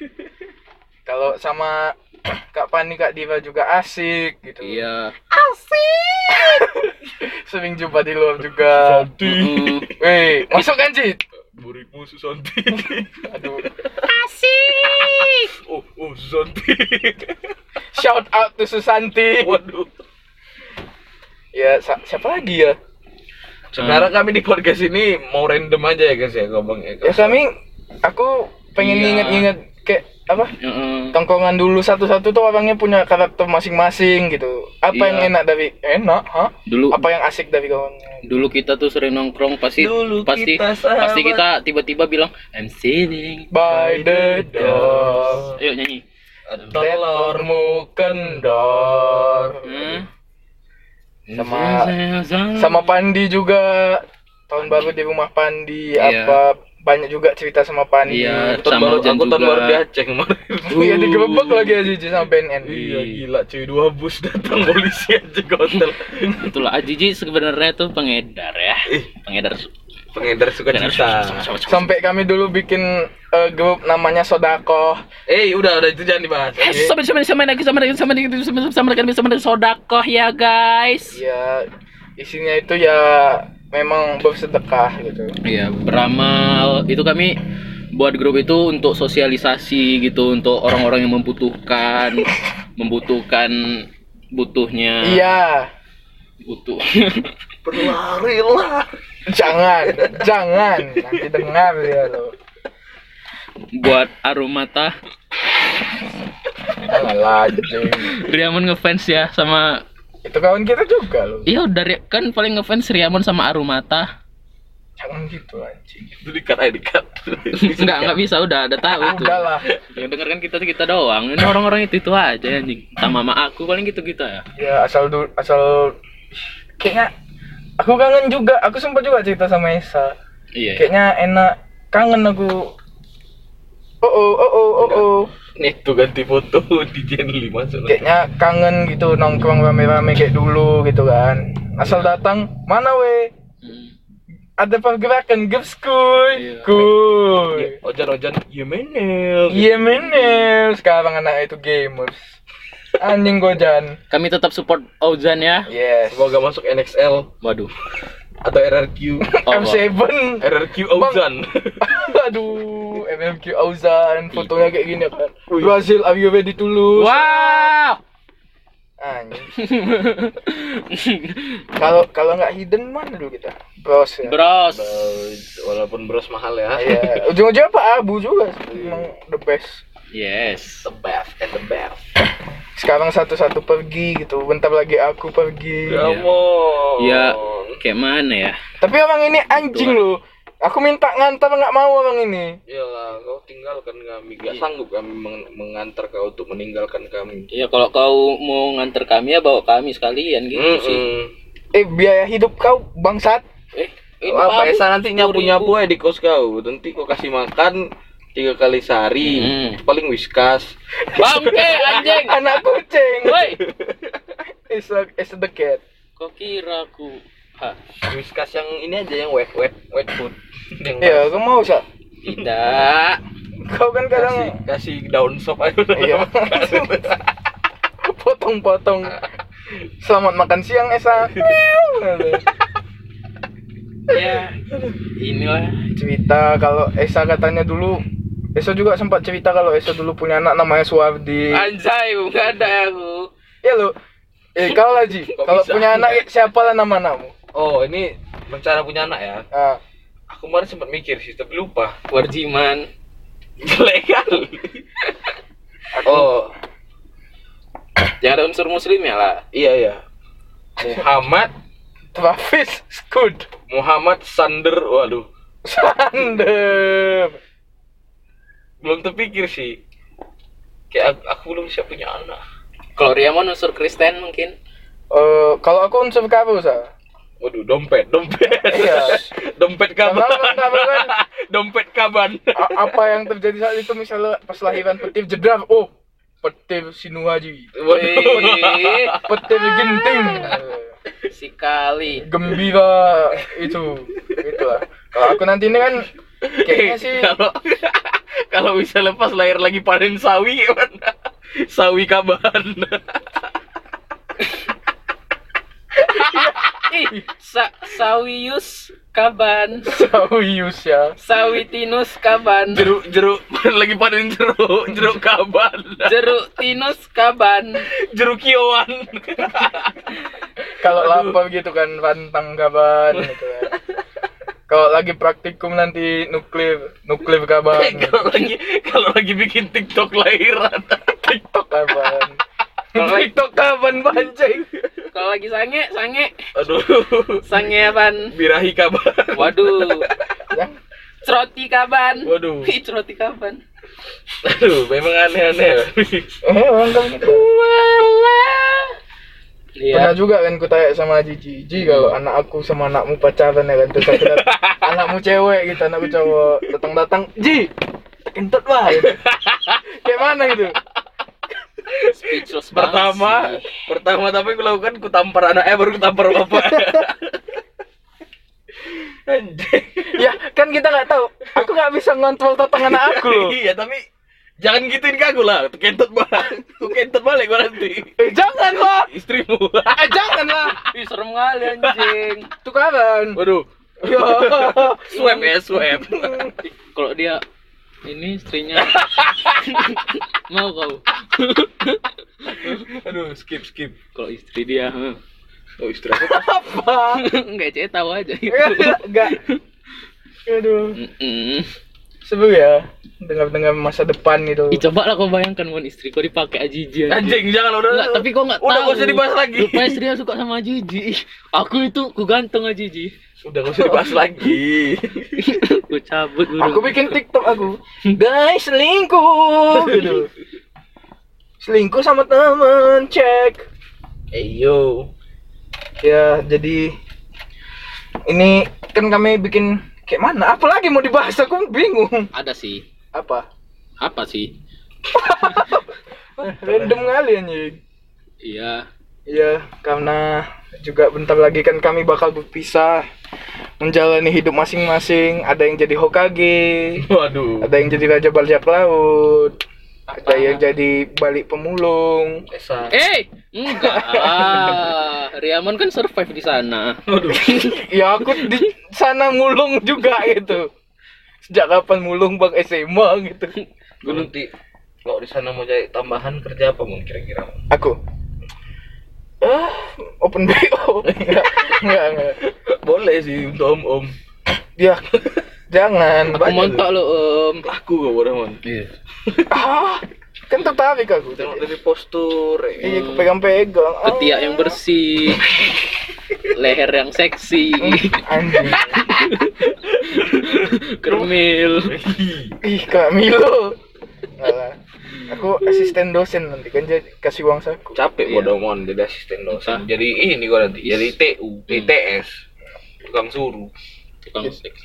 Kalau sama Kak Pani, Kak Diva juga asik gitu. Iya. Sering jumpa di luar juga. Mm-mm. Weh, masuk kan Ci? Muridmu Susanti. Aduh. Asik. Oh, oh Susanti. Shout out to Susanti. Waduh. Ya, sa- siapa lagi ya? Sebenarnya kami di podcast ini mau random aja ya guys ya ngomong ya. Ya kami, aku pengen Iya. nginget-nginget kayak apa? Heeh. Tongkongan dulu satu-satu tuh orangnya punya karakter masing-masing gitu. Apa Iya. yang enak dari enak, hah? Dulu Apa yang asik dari kawannya? dulu kita tuh sering nongkrong pasti Dulu pasti kita sahabat. pasti kita tiba-tiba bilang I'm sitting. By the door, Ayo nyanyi. telurmu kendor. Hmm? Sama sama Pandi juga. Tahun baru di rumah Pandi Iya. apa banyak juga cerita sama Pandi. Iya, Tahun sama baru, Ojan aku tahun juga. baru di Aceh kemarin. Iya digerebek lagi aja Ji, sama B N N. Iya gila cuy, dua bus datang polisi aja ke hotel. Itulah Ajiji sebenarnya tuh pengedar ya. Pengedar su- Pengedar sukacita. Sampai kami dulu bikin uh, grup namanya Sodakoh. Eh, udah udah itu jangan dibahas. Eh, sama sama sama lagi sama lagi sama lagi sama sama lagi sama lagi sodakoh ya guys. Ya, isinya itu ya memang bersedekah gitu. Iya, beramal. Itu kami buat grup itu untuk sosialisasi gitu, untuk orang-orang yang membutuhkan, membutuhkan butuhnya. Iya. Butuh. Berlarilah. Jangan, jangan nanti dengar ya lo. Buat Arumata. Alah, Riamon ngefans ya sama itu kawan kita juga lo. iya dari kan paling ngefans Riamon sama Arumata. Jangan gitu anjing. Itu dikat aja dikat. Enggak, enggak bisa, udah ada tahu tuh. Udahlah. Yang dengarkan kita kita doang. Ini orang-orang itu itu aja anjing. Sama mama aku paling gitu-gitu ya. Ya asal dulu asal kayaknya aku kangen juga. Aku sempat juga cerita sama Esa. Iya. Kayaknya enak, kangen aku. Oh oh oh oh oh. oh. Nih tuh ganti foto di channel lima soalnya. Kayaknya kangen gitu nongkrong rame-rame kayak dulu gitu kan. Asal datang, mana we? Hmm. Ada pergerakan gaps kuy. Iya. Kuy. Ojan-ojan ya menel. Iya menel. Sekarang anak itu gamers. Anjing gojan. Kami tetap support Ozan ya. Yes. Semoga masuk N X L Waduh. atau R R Q. M tujuh. R R Q Ozan. Aduh, M M Q Auzan, fotonya kayak gini kan. Brazil, are you ready to lose? Wow. Anjing. Kalau kalau nggak hidden mana dulu kita? Bros ya. Bros. Walaupun bros mahal ya. Iya, ujung-ujungnya Pak Abu juga sih, emang the best. Yes. The best and the best. Sekarang satu-satu pergi gitu, bentar lagi aku pergi. Ya Iya. ampun. Ya, kayak mana ya? Tapi orang ini anjing loh. Aku minta ngantar nggak mau orang ini. Iyalah, kau tinggalkan kami. Gak sanggup kami meng- mengantar kau untuk meninggalkan kami. Ya kalau kau mau nganter kami ya bawa kami sekalian gitu sih. Mm-mm. Eh biaya hidup kau bangsat. Eh, Ini apa Abu, Esa nanti sepuluh nyapu-nyapu ribu. ya di kos kau. Nanti kau kasih makan tiga kali sehari. Hmm. Paling whiskas. Bangke anjing. Anak kucing. Woi. Is a is the cat. Kau kira aku Hah, Whiskas yang ini aja yang wet wet wet food. Yang Iya, kau mau sa? tidak. Kau kan kasih kadang kasih daun sop aja. iya. Potong-potong. Selamat makan siang Esa. Ya, inilah. Cerita kalau Esa katanya dulu Esa juga sempat cerita kalau Esa dulu punya anak namanya Suwardi. Anjay, enggak ada aku. Ya lo. Eh kau lagi. Kok Kalau bisa? punya anak siapa lah nama anakmu? Oh, ini rencana punya anak ya. Ah, Aku kemarin sempat mikir sih, tapi lupa. Warjiman. Jelek kali. Oh, Jangan ada unsur muslim ya lah. iya ya. Muhammad Travis Scott. Muhammad Sander, waduh. Sander. Belum terpikir sih. Kayak aku, aku belum siap punya anak. Kalau Riamon unsur Kristen mungkin. Eh kalau aku unsur kamu sa. Waduh, dompet, dompet. Iya. Dompet kaban. Karena kamu kan Dompet kaban. A- apa yang terjadi saat itu misalnya pas lahiran petir jedar, oh petir Sinuhaji, Wih, petir Ginting, sekali. gembira itu, itulah. Kalau aku nanti ini kan kayaknya sih Kalau kalau bisa lepas lahir lagi panen sawi gimana? Sawi kaban. Ih, sa sawius kaban, Sawius ya. sawitinus kaban, Jeruk jeruk lagi panen jeruk, jeruk kaban. jeruk tinus kaban. Jeruk kiowan. Kalau lapar gitu kan rantang kaban gitu kan. Kalau lagi praktikum nanti nuklir, nuklir kaban. Kalau lagi kalau lagi bikin TikTok lahiran. TikTok kaban. Kalau lagi- TikTok kaban banceng. Kalau lagi sange, sange, Aduh. sange apaan? Birahi kaban. Waduh, Yang ceroti kaban. Waduh. Ih, ceroti kaban. Aduh, memang aneh-aneh. eh orang kan gitu. Iya. Pernah juga kan ku tanya sama Cici, Ji kalau anak aku sama anakmu pacaran ya kan, terus aku dat- anakmu cewek gitu, anakku cowok, datang-datang, Ji, kentut lah gitu. Kayak mana gitu? Speechless banget Pertama, sih. pertama tapi aku lakukan ku tampar anaknya baru ku tampar bapak. Anjing. Kan kita nggak tahu. Aku nggak bisa ngontrol tangan aku loh. Iya, tapi jangan gituin ke aku lah. Tuh kentut balik. Tuh kentut balik gua nanti. Eh jangan lah. Istrimu. Eh jangan lah. Ih, serem kali anjing. Tukaran. Waduh. Ya. Swab ya, swab. Kalau dia ini istrinya mau kau. Aduh, skip skip. Kalau istri dia, huh. Oh, istri aku Apa? Enggak, cek tahu aja gitu. Enggak. Aduh. Mm-mm. Seru ya. Dengar-dengar masa depan itu. Ih, coba lah kau bayangkan mon istri kau dipakai Ajiji. anjing, jangan udah. Enggak, tapi kau enggak tahu. Udah gak usah dibahas lagi. Lupa istrinya suka sama Ajiji. Ih, aku itu ku ganteng Ajiji. Udah gak usah dibahas lagi. Ku cabut buru. Aku bikin TikTok aku. Guys, selingkuh gitu. Selingkuh sama temen, cek. Eyo. Ya, jadi ini kan kami bikin kayak mana? Apa lagi mau dibahas? Aku bingung. Ada sih. Apa? Apa sih? Random kali anjing. Iya. Iya, karena juga bentar lagi kan kami bakal berpisah, menjalani hidup masing-masing. Ada yang jadi Hokage, Waduh. ada yang jadi Raja Bajak Laut, ada yang jadi balik pemulung. Esa. Eh, enggak. Riamon kan survive di sana. Waduh. Ya aku di sana mulung juga gitu. Sejak kapan mulung bang S M A gitu. Gue nanti kalau di sana mau cari tambahan kerja apa mun kira-kira? Aku ah open B O. Enggak, enggak, enggak. Boleh sih untuk om-om. Ya, jangan. Aku montok lo om. Aku gak boleh mon. Iya. Ah, kan tertarik aku. Tengok dari postur. Iya, aku pegang-pegang. Ah, Ketiak yang bersih. Leher yang seksi. anjing. Kermil. Ih, Kak Milo. Alah. Aku asisten dosen nanti kan jadi kasih uang saku. Capek Iya. bodoh mon jadi asisten dosen. Entah. Jadi ini gua nanti jadi T U, Hmm. T S. Tukang suruh. Tukang seks.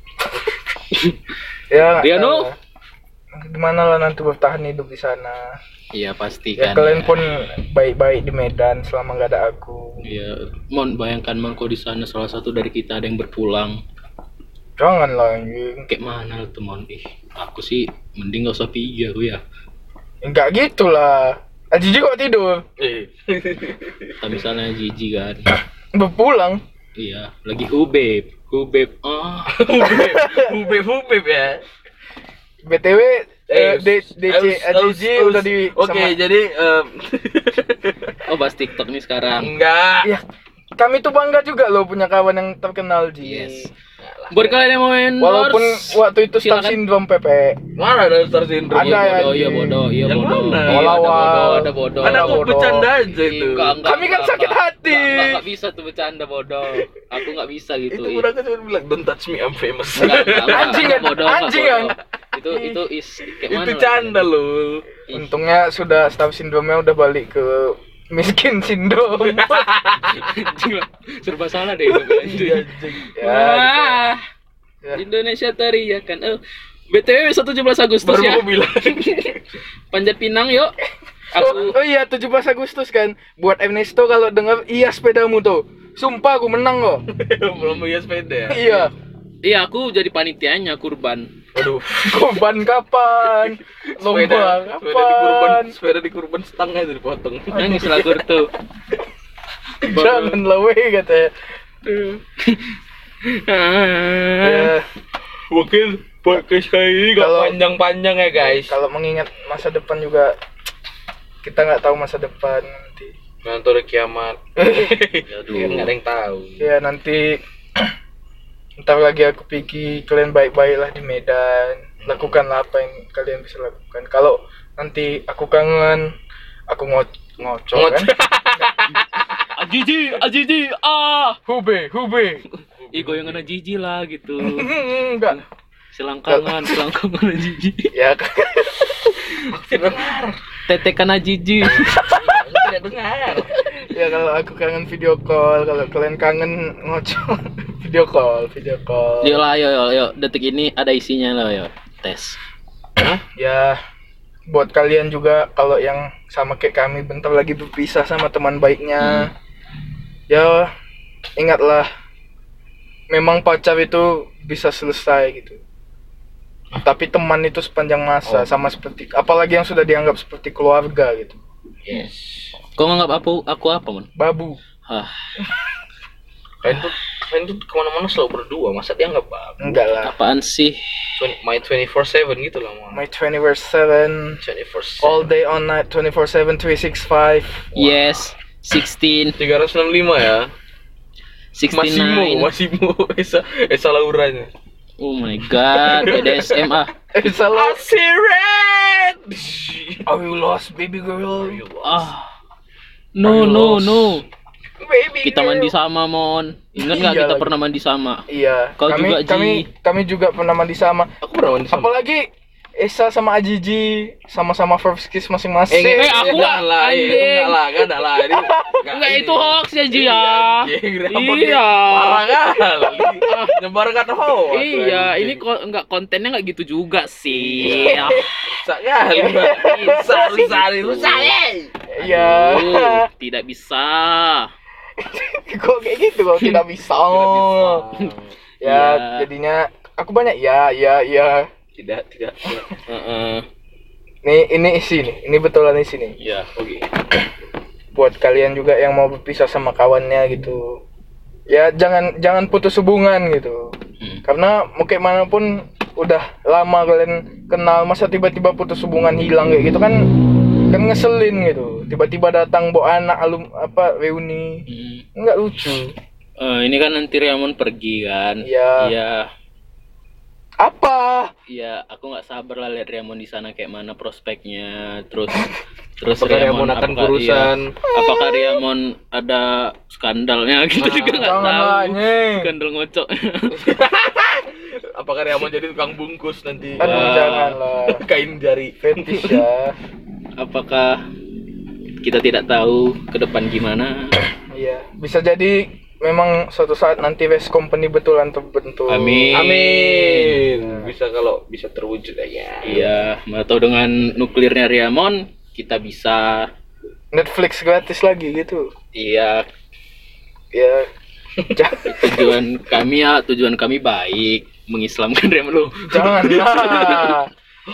Ya. Riano? eh, Gimana lah nanti bertahan hidup di sana. Iya pasti Ya kan. kalian ya. pun baik-baik di Medan selama nggak ada aku. Iya, Mon bayangkan Mon kau di sana salah satu dari kita ada yang berpulang. Jangan lah anjing. Kayak mana tuh Mon? Ih, aku sih mending gak usah pergi aku ya. Enggak gitu lah. Ajiji kok tidur? Eh. Tapi misalnya Jiji kan. Berpulang. Iya, lagi hubeb. Hubeb. Ah. Hubeb hubeb ya. B T W eh, D D C Ajiji udah di Oke, sama- jadi em, Oh, bahas TikTok nih sekarang. enggak. Ya, kami tuh bangga juga loh punya kawan yang terkenal Ji. Yes. Buat kalian yang mau endorse, Walaupun waktu itu star silakan. syndrome P P. Mana ada star syndrome? Ada ya, bodoh, iya Ji. bodoh, iya Yang bodoh. mana? Iya, ada Awal-awal. bodoh, ada bodoh. Ada kok bodoh. bercanda aja itu. Enggak, enggak, Kami kan enggak, sakit enggak. hati. Enggak, enggak, enggak bisa tuh bercanda bodoh. Aku enggak bisa gitu. Itu Ih. mereka cuma bilang don't touch me I'm famous. Enggak, enggak, enggak, Anjing enggak, kan? bodoh, enggak, Anjing bodoh. kan? Itu itu is kayak mana? Itu lah? canda loh. Ih. Untungnya sudah star syndrome-nya udah balik ke miskin syndrome. Serba salah deh itu Iya, anjing. anjing. Ya, Wah, Ya. Indonesia teriakan. Oh, B T W tujuh belas Agustus Baru ya. mau bilang. Panjat Pinang yuk. Oh, Aku oh iya tujuh belas Agustus kan. Buat Ernesto kalau denger iya sepedamu tuh. Sumpah aku menang kok. Belum punya sepeda ya? Iya. iya aku jadi panitianya kurban. Aduh. Korban kapan? Lomba Sepeda, sepeda di kurban, kapan? sepeda di kurban setengah itu dipotong. Nangis lah kur tuh. Jangan lah weh katanya. Ya, Wakil podcast kali ini gak Kalau- panjang-panjang ya guys. kalau mengingat masa depan juga kita nggak tahu masa depan nanti. Nanti ada kiamat. Aduh. Ya, nggak ada yang tahu. Ya nanti ntar lagi aku pikir kalian baik-baik lah di Medan. Lakukanlah apa yang kalian bisa lakukan. Kalau nanti aku kangen, aku ngo- ngocok kan. Ajiji, Ajiji, ah. Hube, hube. Ih goyangan Ajiji lah gitu. Enggak. Selangkangan, selangkangan Ajiji. Ya Tidak dengar. Tetekan Ajiji. Tidak dengar. ya kalau aku kangen video call, kalau kalian kangen ngocok video call, video call. Yuk lah, yuk, yuk, yuk. Detik ini ada isinya lah, yuk. Tes. Ya buat kalian juga kalau yang sama kayak kami bentar lagi berpisah sama teman baiknya. Ya ingatlah memang pacar itu bisa selesai gitu. Tapi teman itu sepanjang masa, Oh. sama seperti apalagi yang sudah dianggap seperti keluarga gitu. Yes. Kau nganggap aku aku apa, Mon? Babu. Hah, Kalian tuh kalian tuh kemana-mana selalu berdua, masa dia nggak bab? Enggak lah. apaan sih? My twenty-four seven gitu lah mau. My twenty-four seven twenty-four all seven. day all night twenty-four seven three sixty-five. Yes, sixteen, tiga ratus enam puluh lima ya. Masimo, sixty-nine. Masimo Esa Esa Lauranya. Oh my god, B D S M ah. Eh salah. Asiret. Are you lost baby girl? Ah. No, no, no. Baby Kita girl. mandi sama, Mon. Ingat nggak Iya kita lagi. pernah mandi sama? Iya. Kau kami, juga, Ji. kami kami juga pernah mandi sama. Aku pernah mandi sama. Apalagi Esa sama Ajiji sama-sama first kiss masing-masing. Eh, aku enggak lah, eh, anjing. enggak lah, enggak ada lah. Ini Enggak, ini. itu hoax ya, Ji, Iya, ya. anjing, rambut Iya. dia Parah kali. Nyebarkan hoax. Iya, anjing. ini kok enggak kontennya enggak gitu juga sih. Ah. rusak kali. Rusak, rusak, rusak. eh. Iya. Oh, tidak bisa. Kok kayak gitu kok tidak bisa. Tidak bisa. Ya, Iya. jadinya aku banyak ya, ya, ya. Tidak, tidak, tidak. Heeh. Nih, ini isi nih. Ini betulan isi nih. Ya, oke. Buat kalian juga yang mau berpisah sama kawannya gitu. Ya, jangan jangan putus hubungan gitu. Hmm. Karena mau kayak manapun udah lama kalian kenal, masa tiba-tiba putus hubungan hilang kayak gitu kan kan ngeselin gitu. Tiba-tiba datang bawa anak alum apa reuni. Hmm. Enggak lucu. Eh, ini kan nanti Riamon pergi kan? Iya. Iya. Apa? Iya, aku nggak sabar lah lihat Riamon di sana kayak mana prospeknya. Terus terus Apakah Riamon akan apakah- kurusan? iya, apakah Riamon ada skandalnya gitu juga nggak Jangan tahu. lah, nyeng. Skandal ngocok. Apakah dia mau jadi tukang bungkus nanti? Aduh, Wah. jangan lah. Kain jari. Fetish ya. Apakah kita tidak tahu ke depan gimana? Iya, bisa jadi memang suatu saat nanti West Company betulan terbentuk. Amin. Amin. Bisa kalau bisa terwujud aja. Iya, atau dengan nuklirnya Riamon kita bisa Netflix gratis lagi gitu. iya Ya. Ja- tujuan kami ya tujuan kami baik mengislamkan Riamon loh. Janganlah.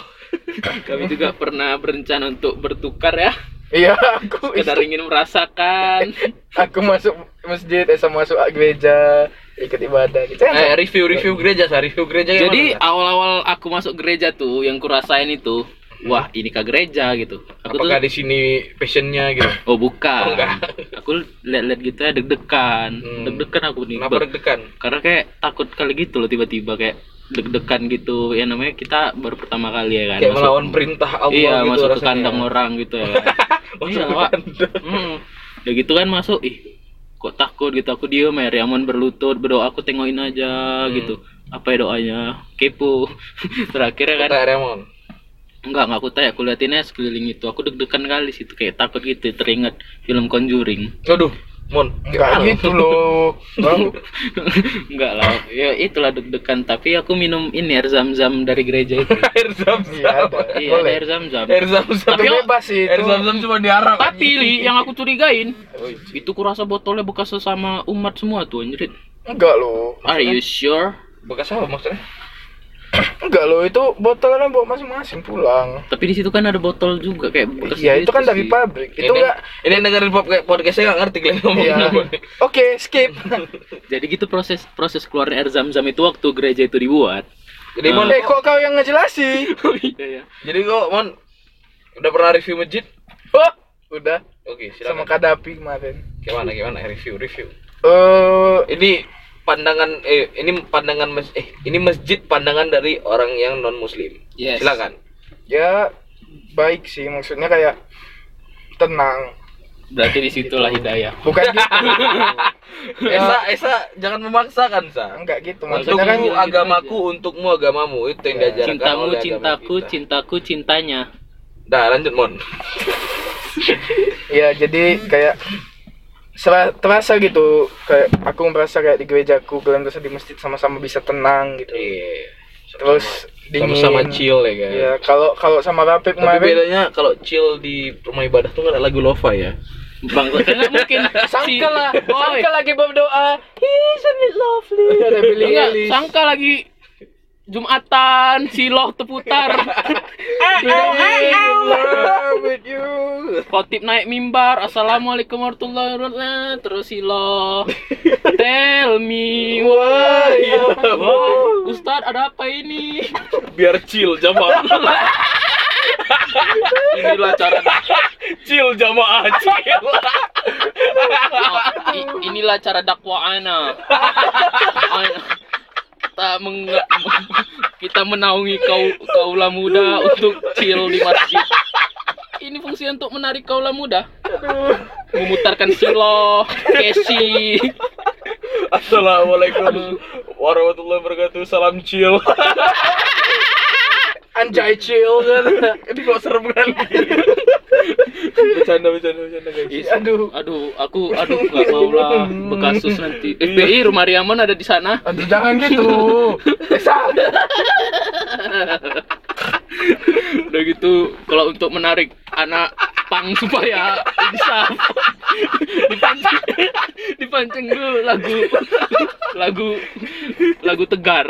Kami juga pernah berencana untuk bertukar ya. Iya, aku Sekedar ingin merasakan. aku masuk masjid, Esa masuk gereja, ikut ibadah gitu. Eh, review review gereja, saya review gereja yang Jadi mana, Sa? awal-awal aku masuk gereja tuh yang kurasain itu, wah ini kah gereja gitu. Aku apakah tuh di sini passionnya gitu? oh bukan. Oh, enggak. Aku lihat-lihat gitu ya deg-degan. Hmm. Deg-degan aku nih. Kenapa Ber- deg-degan? Karena kayak takut kali gitu loh tiba-tiba kayak deg-degan gitu. Ya namanya kita baru pertama kali ya kan. Kayak masuk- melawan perintah Allah Iya, gitu masuk ke rasanya. kandang orang gitu ya. Masuk Iya, ke Pak. kandang. Hmm. Udah gitu kan masuk, ih kok takut gitu. Aku diem ya, Riamon berlutut berdoa, aku tengokin aja Hmm. gitu. Apa ya doanya? Kepo. Terakhirnya kan Kata Remon. enggak, enggak aku tanya, aku liatinnya sekeliling itu. Aku deg-degan kali situ kayak takut gitu, teringat film Conjuring. Aduh, Mon. Enggak gitu loh. Bang. Enggak lah, ya itulah deg-degan. Tapi aku minum ini air zam-zam dari gereja itu. Air zam-zam. Iya, ada. Iya, ada Boleh. air zam-zam. Air zam-zam. Tapi Tapi- bebas sih itu. Air zam-zam cuma diarang. Tapi Li, yang aku curigain, Oh, iya. itu kurasa botolnya bekas sesama umat semua tuh anjir. Enggak loh. Are you sure? Bekas apa maksudnya? Enggak loh, itu botolnya bawa masing-masing pulang. Tapi di situ kan ada botol juga kayak bekas. Iya, itu kan dari sih. pabrik. Itu ini, enggak. Ini dengerin pod- podcastnya nggak ngerti kalian ngomong Iya. apa. Oke, skip. Jadi gitu proses proses keluar air zam-zam itu waktu gereja itu dibuat. Jadi Ah. Mon, Eh, kok kau yang ngejelasin? Iya ya. jadi kok Mon udah pernah review masjid? Oh, udah Oke, sama silakan. Kadapi kemarin. Gimana gimana review review. Eh, Ini pandangan eh ini pandangan mas eh ini masjid pandangan dari orang yang non muslim. Yes. Silakan. ya baik sih, maksudnya kayak tenang. Berarti disitulah hidayah. Bukan gitu. Esa Esa jangan memaksakan sa. Enggak gitu. Maksudnya kan Untukmu gitu agamaku, untukmu agamamu itu yang Ya, diajarkan Cintamu, oleh agama cintaku, kita. cintaku, cintanya. Dah lanjut Mon. ya jadi kayak sera- terasa gitu, kayak aku merasa kayak di gerejaku, kalian terasa di masjid sama-sama bisa tenang gitu. Iya. Terus dingin. sama-sama chill ya kan. Ya, kalau kalau sama Rapid Tapi kemarin bedanya kalau chill di rumah ibadah tuh nggak ada lagu lo-fi ya. Bang, kan nggak mungkin si Sangka lah, Boy. sangka lagi berdoa. Isn't it lovely? Ada Billie Enggak, Eilish. sangka lagi Jumatan, siloh terputar. love with you. Khotib naik mimbar, assalamualaikum warahmatullahi wabarakatuh. Terus siloh, tell me why. Oh, Ustadz, ada apa ini? Biar chill jamaah. Inilah cara Chill jamaah, chill. oh, i- inilah cara dakwah ana. Ana- kita meng- kita menaungi kau kaula muda untuk chill di masjid. Ini fungsi untuk menarik kaula muda. Memutarkan siloh, kesi. Assalamualaikum warahmatullahi wabarakatuh. Salam chill. Anjay chill kan. Ini kok serem kan? Bercanda, bercanda, bercanda guys. Is- Aduh. aduh, aku, aduh, nggak mau lah bekasus nanti. F B I Rumah Riamon ada di sana. Aduh jangan gitu. Esa. Udah gitu, kalau untuk menarik anak pang supaya bisa dipancing, dipancing dulu lagu, lagu, lagu tegar.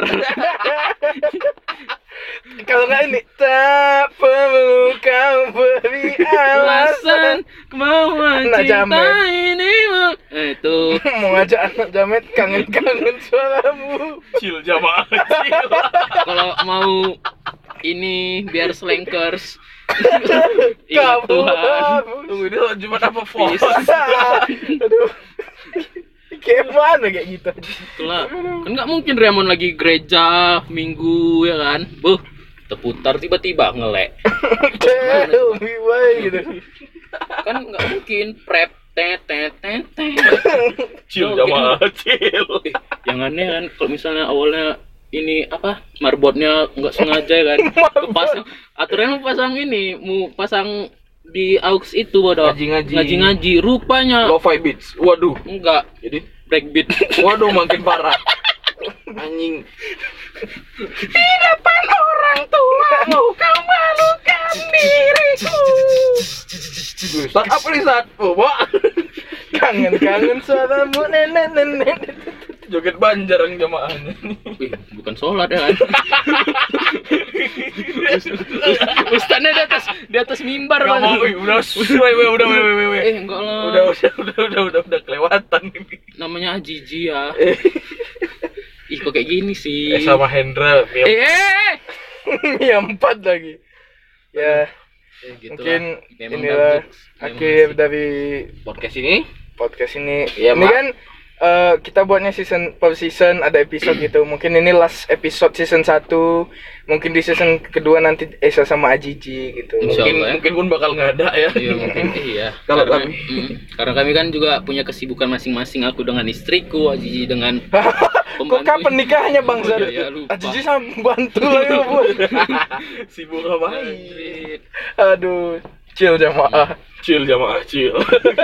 Kalau nggak ini tak perlu kau beri alasan. Alasan kemauan Anak cinta jamet. ini. Eh, itu Mau ngajak anak jamet kangen-kangen suaramu. Chill jamaah, chill. kalau mau ini biar slankers. Ingat Kamu. Tuhan. Tunggu, ini sholat Jumat apa Fos? Aduh. Kayak mana kayak gitu? Itulah. Kan nggak mungkin Riamon lagi gereja minggu ya kan? Buh, terputar tiba-tiba ngelek. Tell me why gitu. Kan nggak mungkin prep tet tet tet tet. Chill Oke. jamaah, chill. Eh, yang aneh kan kalau misalnya awalnya ini apa marbotnya nggak sengaja kan pasang aturannya mau pasang ini mau pasang di aux itu bodoh Ngaji-ngaji. ngaji-ngaji rupanya Lo-fi beats. Waduh. enggak Jadi, breakbeat. waduh makin parah. Anjing. Di depan orang tuamu kau malukan diriku. Saat apa nih saat? Oh, Pak. Kangen-kangen suaramu nenek-nenek. Joget banjar yang jamaahnya. Wih, bukan sholat ya kan? Ustaznya di atas di atas mimbar Gak kan? mau, wih, udah, wih, wih, udah, wih, wih, wih. Eh enggak lah. Udah, udah, udah, udah, udah, udah kelewatan ini. Namanya Ajiji ya. Ih kok kayak gini sih? Eh sama Hendra, Eh, eh, eh. Ya empat lagi. Ya, Eh, gitu mungkin lah. Memang inilah bagus. Memang akhir asik. dari podcast ini. podcast ini. Iya, ini Mak. kan eh, kita buatnya season per season ada episode gitu. Mungkin ini last episode season satu. Mungkin di season kedua nanti Esa sama Ajiji gitu. Insya Mungkin, Allah ya. mungkin pun bakal nggak ada ya. Iya mungkin iya. Kalau karena, kami. mm, karena kami kan juga punya kesibukan masing-masing. Aku dengan istriku, Ajiji dengan Kok kapan nikahnya Bang Oh, Zar? iya, iya, lupa. Ajiji sama bantu lagi Bu. Sibuk apa? Anjrit. Aduh, chill jamaah. Chill jamaah, chill.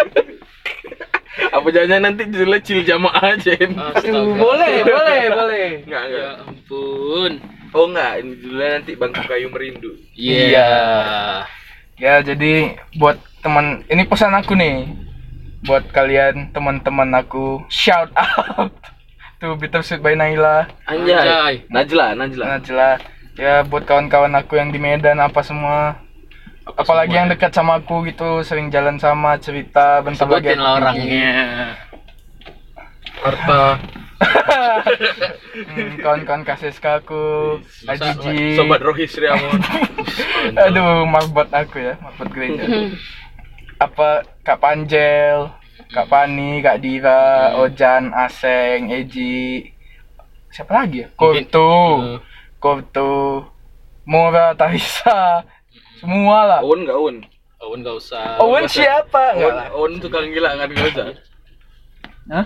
Apa jangan nanti judulnya chill jamaah aja? Astaga. Boleh, boleh, boleh. Enggak, Ya enggak. ampun. Oh enggak, ini judulnya nanti Bangku Kayu Merindu. Iya. Ya, jadi buat teman, ini pesan aku nih. Buat kalian teman-teman aku, shout out to Bittersweet by Naila. Anjay. Anjay. Najla, Najla. Najla. Ya, buat kawan-kawan aku yang di Medan apa semua. Apa Apalagi semua yang ya? dekat sama aku gitu, sering jalan sama, cerita, bentar lagi Sebutin aku lah pergi. orangnya. Harta. Hmm, kawan-kawan kaseska aku, Masa- Ajiji. Sobat Rohis Riamon. Aduh, marbot aku ya, marbot gereja. Apa Kak Panjel, Kak Pani, Kak Dira, Hmm. Ojan, Aseng, Eji. Siapa lagi ya? Mungkin- Korto, Eh, Korto, Mora, Tarisa. Semua lah. Owen enggak Owen? Owen gak usah. Owen siapa? Enggak Owen, lah. Owen tukang gila kan enggak usah. Hah?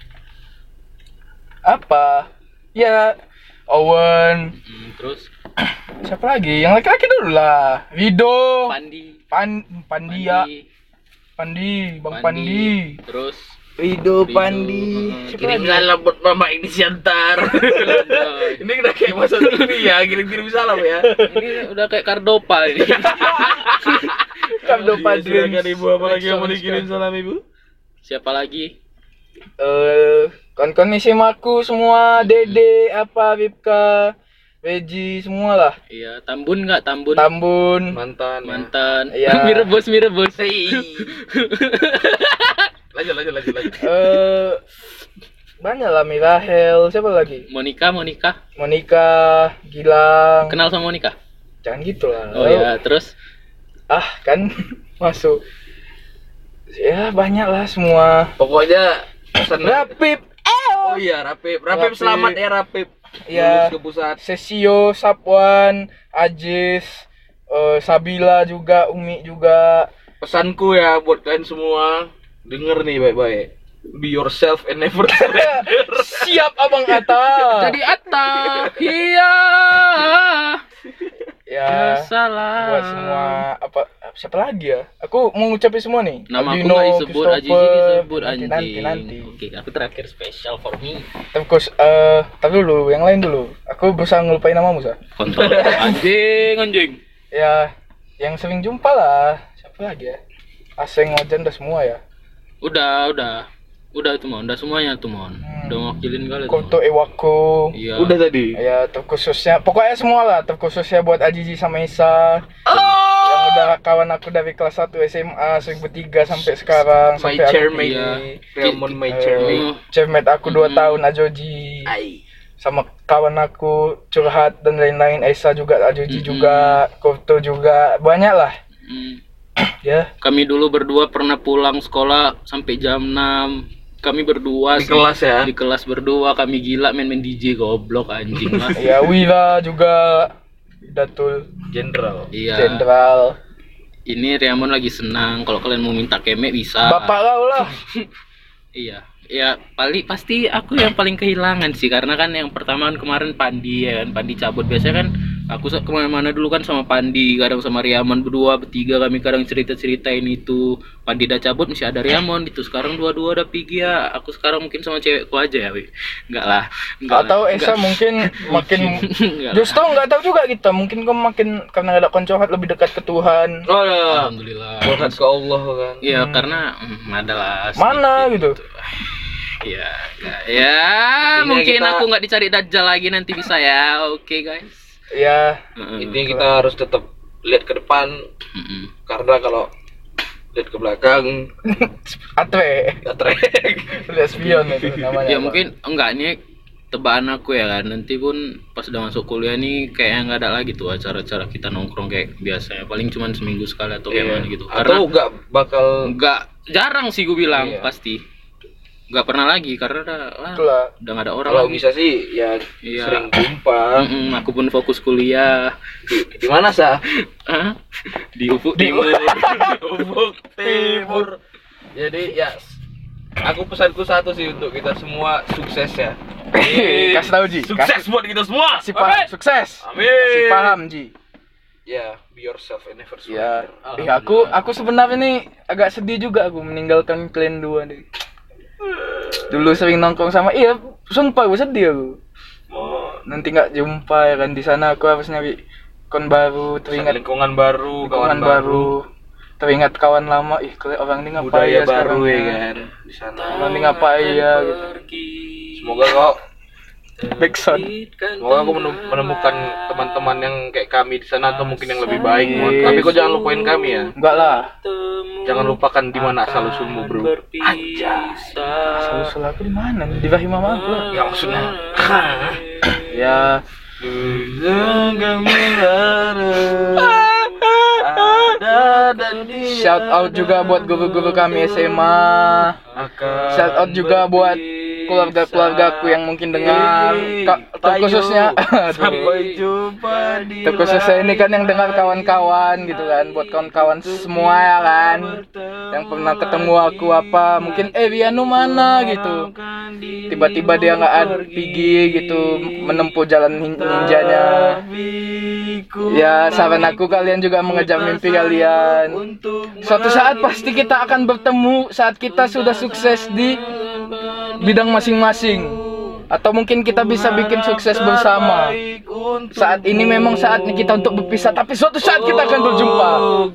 Apa? Ya, Owen. Hmm, terus Siapa lagi? Yang laki-laki dulu lah. Rido, Pandi. Pan, Pandia, Pandi, Bang Pandi. Terus Rido Rido, Pandi. uh, Kirim salam buat Mama ini Siantar. Anjay. Ini udah kayak masa T V ya, kirim-kirim salam ya. Ini udah kayak Kardopa ini. Kapdo Padrin. Silakan Ibu, apa lagi yang mau dikirim salam Ibu? Siapa lagi? Eh, kawan-kawan S M A aku semua, Dede, apa, Vipka, Reji, semua lah. Iya, Tambun nggak Tambun? Tambun. Mantan. ya. Mantan. Iya. Mie rebus, mie rebus. Lanjut, lanjut, lanjut, lanjut. Eh, banyak lah, Mirahel, siapa lagi? Monica, Monica. Monica, Gilang. Kenal sama Monica? Jangan gitu lah. Oh ya, terus Ah, kan masuk. Ya, banyak lah semua. Pokoknya pesan Rapip. Oh iya, Rapip. Rapip Rapip. selamat ya Rapip. Iya. Lulus ke pusat. Sesio, Sapwan, Ajis, eh, Sabila juga, Umi juga. Pesanku ya buat kalian semua, denger nih baik-baik. Be yourself and never surrender. Siap Abang Atta. jadi Atta. Iya. Ya, salah. buat semua apa siapa lagi ya? Aku mau ngucapin semua nih. Nama aku Aldino, nggak disebut, Azizi Christopher, disebut nanti, anjing. Nanti nanti. Oke, aku terakhir special for me. Tapi kos eh tapi dulu, yang lain dulu. Aku berusaha ngelupain namamu, Sa. Kontol. Anjing, anjing. Ya, yang sering jumpa lah. Siapa lagi ya? Aseng, Ojan, udah semua ya. Udah, udah. Udah itu mon, udah semuanya tuh mon. Hmm. Udah mewakilin kali tuh. Koto Ewako. Iya. Udah tadi. Ya, terkhususnya pokoknya semua lah, terkhususnya buat Ajiji sama Isa. Yang udah kawan aku dari kelas satu S M A seribu tiga sampai sekarang. My sampai aku chairmate. di- Ramon my eh, chairmate. chairmate aku dua Hmm. tahun, Ajoji. Ai. Sama kawan aku curhat dan lain-lain, Esa juga, Ajoji Mm-mm. juga, Koto juga, banyak lah. Hmm. Ya, Kami dulu berdua pernah pulang sekolah sampai jam enam. Kami berdua Di sih. kelas ya. Di kelas berdua kami gila main-main D J goblok anjing lah. ya Wira juga, Datul, Jenderal. Iya. Jenderal. Ini Riamon lagi senang. Kalau kalian mau minta kemek bisa. Bapak kau lah. Iya. Ya paling pasti aku yang paling kehilangan sih karena kan yang pertama kan kemarin Pandi ya kan Pandi cabut biasanya kan aku se- kemana-mana dulu kan sama Pandi kadang sama Riamon berdua bertiga kami kadang cerita-ceritain itu Pandi udah cabut masih ada Riamon itu sekarang dua-dua udah pergi ya aku sekarang mungkin sama cewekku aja ya weh enggak lah enggak Atau lah. Esa Enggak. mungkin makin Enggak lah. justru nggak tahu juga kita, mungkin kau makin karena ada koncohat lebih dekat ke Tuhan. Oh ya. Alhamdulillah. Berkat ke Allah kan. Iya karena hmm, adalah Mana gitu. Iya, enggak. Ya, Ini mungkin kita- aku nggak dicari Dajjal lagi nanti bisa ya. Oke, guys. Ya, Heeh. Intinya kita harus tetap lihat ke depan Heeh. karena kalau lihat ke belakang Atre, nggak trek. udah spion itu namanya. Ya Bang. mungkin enggak ini tebakan aku ya kan. Nanti pun pas udah masuk kuliah nih kayaknya nggak ada lagi tuh acara-acara kita nongkrong kayak biasanya. Paling cuman seminggu sekali atau kayak mana gitu. Karena Atau nggak bakal enggak jarang sih gue bilang Iya. pasti. Nggak pernah lagi karena udah wah, Itulah. udah nggak ada orang kalau lagi. bisa sih ya Iya. sering jumpa. Mm-mm, aku pun fokus kuliah. Di, di mana sah? Hah? Di ufuk timur. Ufuk Timur. Jadi ya aku pesanku satu sih untuk kita semua sukses ya. Kasih tahu Ji. Sukses buat kita semua. Si paham, sukses. Amin. Si paham Ji. Ya, be yourself and never Ya, surrender. eh, aku aku sebenarnya nih agak sedih juga aku meninggalkan kalian dua nih. Dulu sering nongkrong sama, iya, sumpah gue sedih aku. Nanti nggak jumpa ya kan, di sana aku harus nyari kon baru, teringat lingkungan baru, lingkungan kawan baru, baru, teringat kawan lama. Ih, kalian orang ini ngapain budaya ya baru sekarang ya ya? kan di sana. Orang ini ngapain ya gitu. Semoga kau Backsound. Semoga aku menem- menemukan teman-teman yang kayak kami di sana atau mungkin yang lebih baik. Mon. Yes. Tapi kau jangan lupain kami ya. Enggak lah. Jangan lupakan di mana asal usulmu, Bro. Aja. Asal usul aku di mana? Di rahim mama aku lah. Ya maksudnya. Ya, shout out juga buat guru-guru kami S M A. Shout out juga buat keluarga-keluargaku yang mungkin dengar. Ka- terkhususnya Sampai jumpa di terkhususnya ini kan yang dengar kawan-kawan gitu kan, buat kawan-kawan semua ya kan, yang pernah ketemu aku apa, mungkin eh Rianu mana gitu, tiba-tiba dia nggak ada pergi gitu menempuh jalan nin- ninjanya. Ya saran aku, kalian juga mengejar mimpi kalian. Suatu saat pasti kita akan bertemu saat kita sudah sukses di bidang masing-masing. Atau mungkin kita bisa bikin sukses bersama. Saat ini memang saatnya kita untuk berpisah, tapi suatu saat kita akan berjumpa.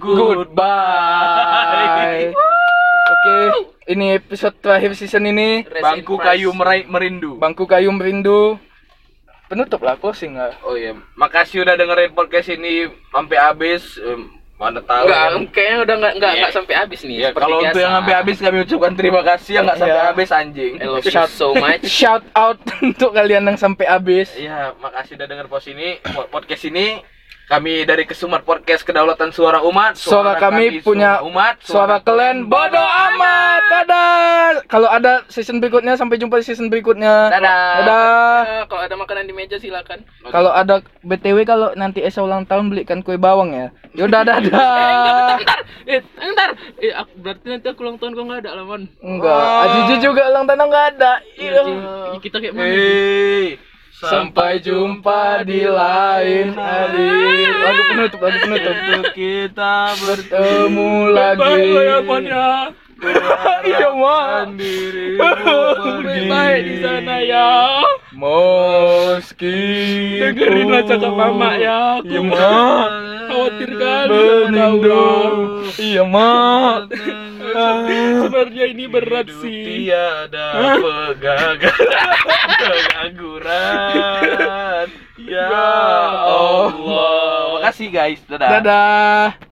Goodbye. Oke, ini episode terakhir season ini. Bangku kayu merai merindu. Bangku kayu merindu. Penutup lah, closing lah. Oh iya, makasih udah dengerin podcast ini sampai habis. Um, mana tahu. Enggak, yang- kayaknya udah enggak enggak Iya. enggak sampai habis nih. Ya, seperti kalau untuk biasa. yang sampai habis kami ucapkan terima kasih, yang nggak sampai Iya. habis anjing. I love you so much. Shout out untuk kalian yang sampai habis. Iya, makasih udah denger pos ini, podcast ini. Kami dari Kesumat Podcast Kedaulatan Suara Umat. Suara kami punya suara umat, Suara kalian bodoh amat. Dadah. Kalau ada season berikutnya, sampai jumpa di season berikutnya. Dadah. Dadah. Ya, kalau ada makanan di meja silakan. Kalau ada B T W, kalau nanti Esa ulang tahun belikan kue bawang ya. Yaudah, dadah. Eh, ntar. Eh, aku, berarti nanti aku ulang tahun kok enggak ada Lamon. Enggak, Ajiji juga ulang tahun enggak ada. Iya. Kita kayak mana? Hei, Sampai jumpa di lain hari. Lagu penutup, lagu penutup. untuk kita Bertemu lagi. Iya, Ma. dirimu pergi. Baik di sana ya. Meski Dengerinlah cakap mama ya. Aku Iya, Ma. khawatir kali sama kau. Merindu. Iya, Ma. Sebenarnya ini berat sih. Tiada pegagalan, pengangguran. Ya Allah. Makasih guys. Dadah. Dadah.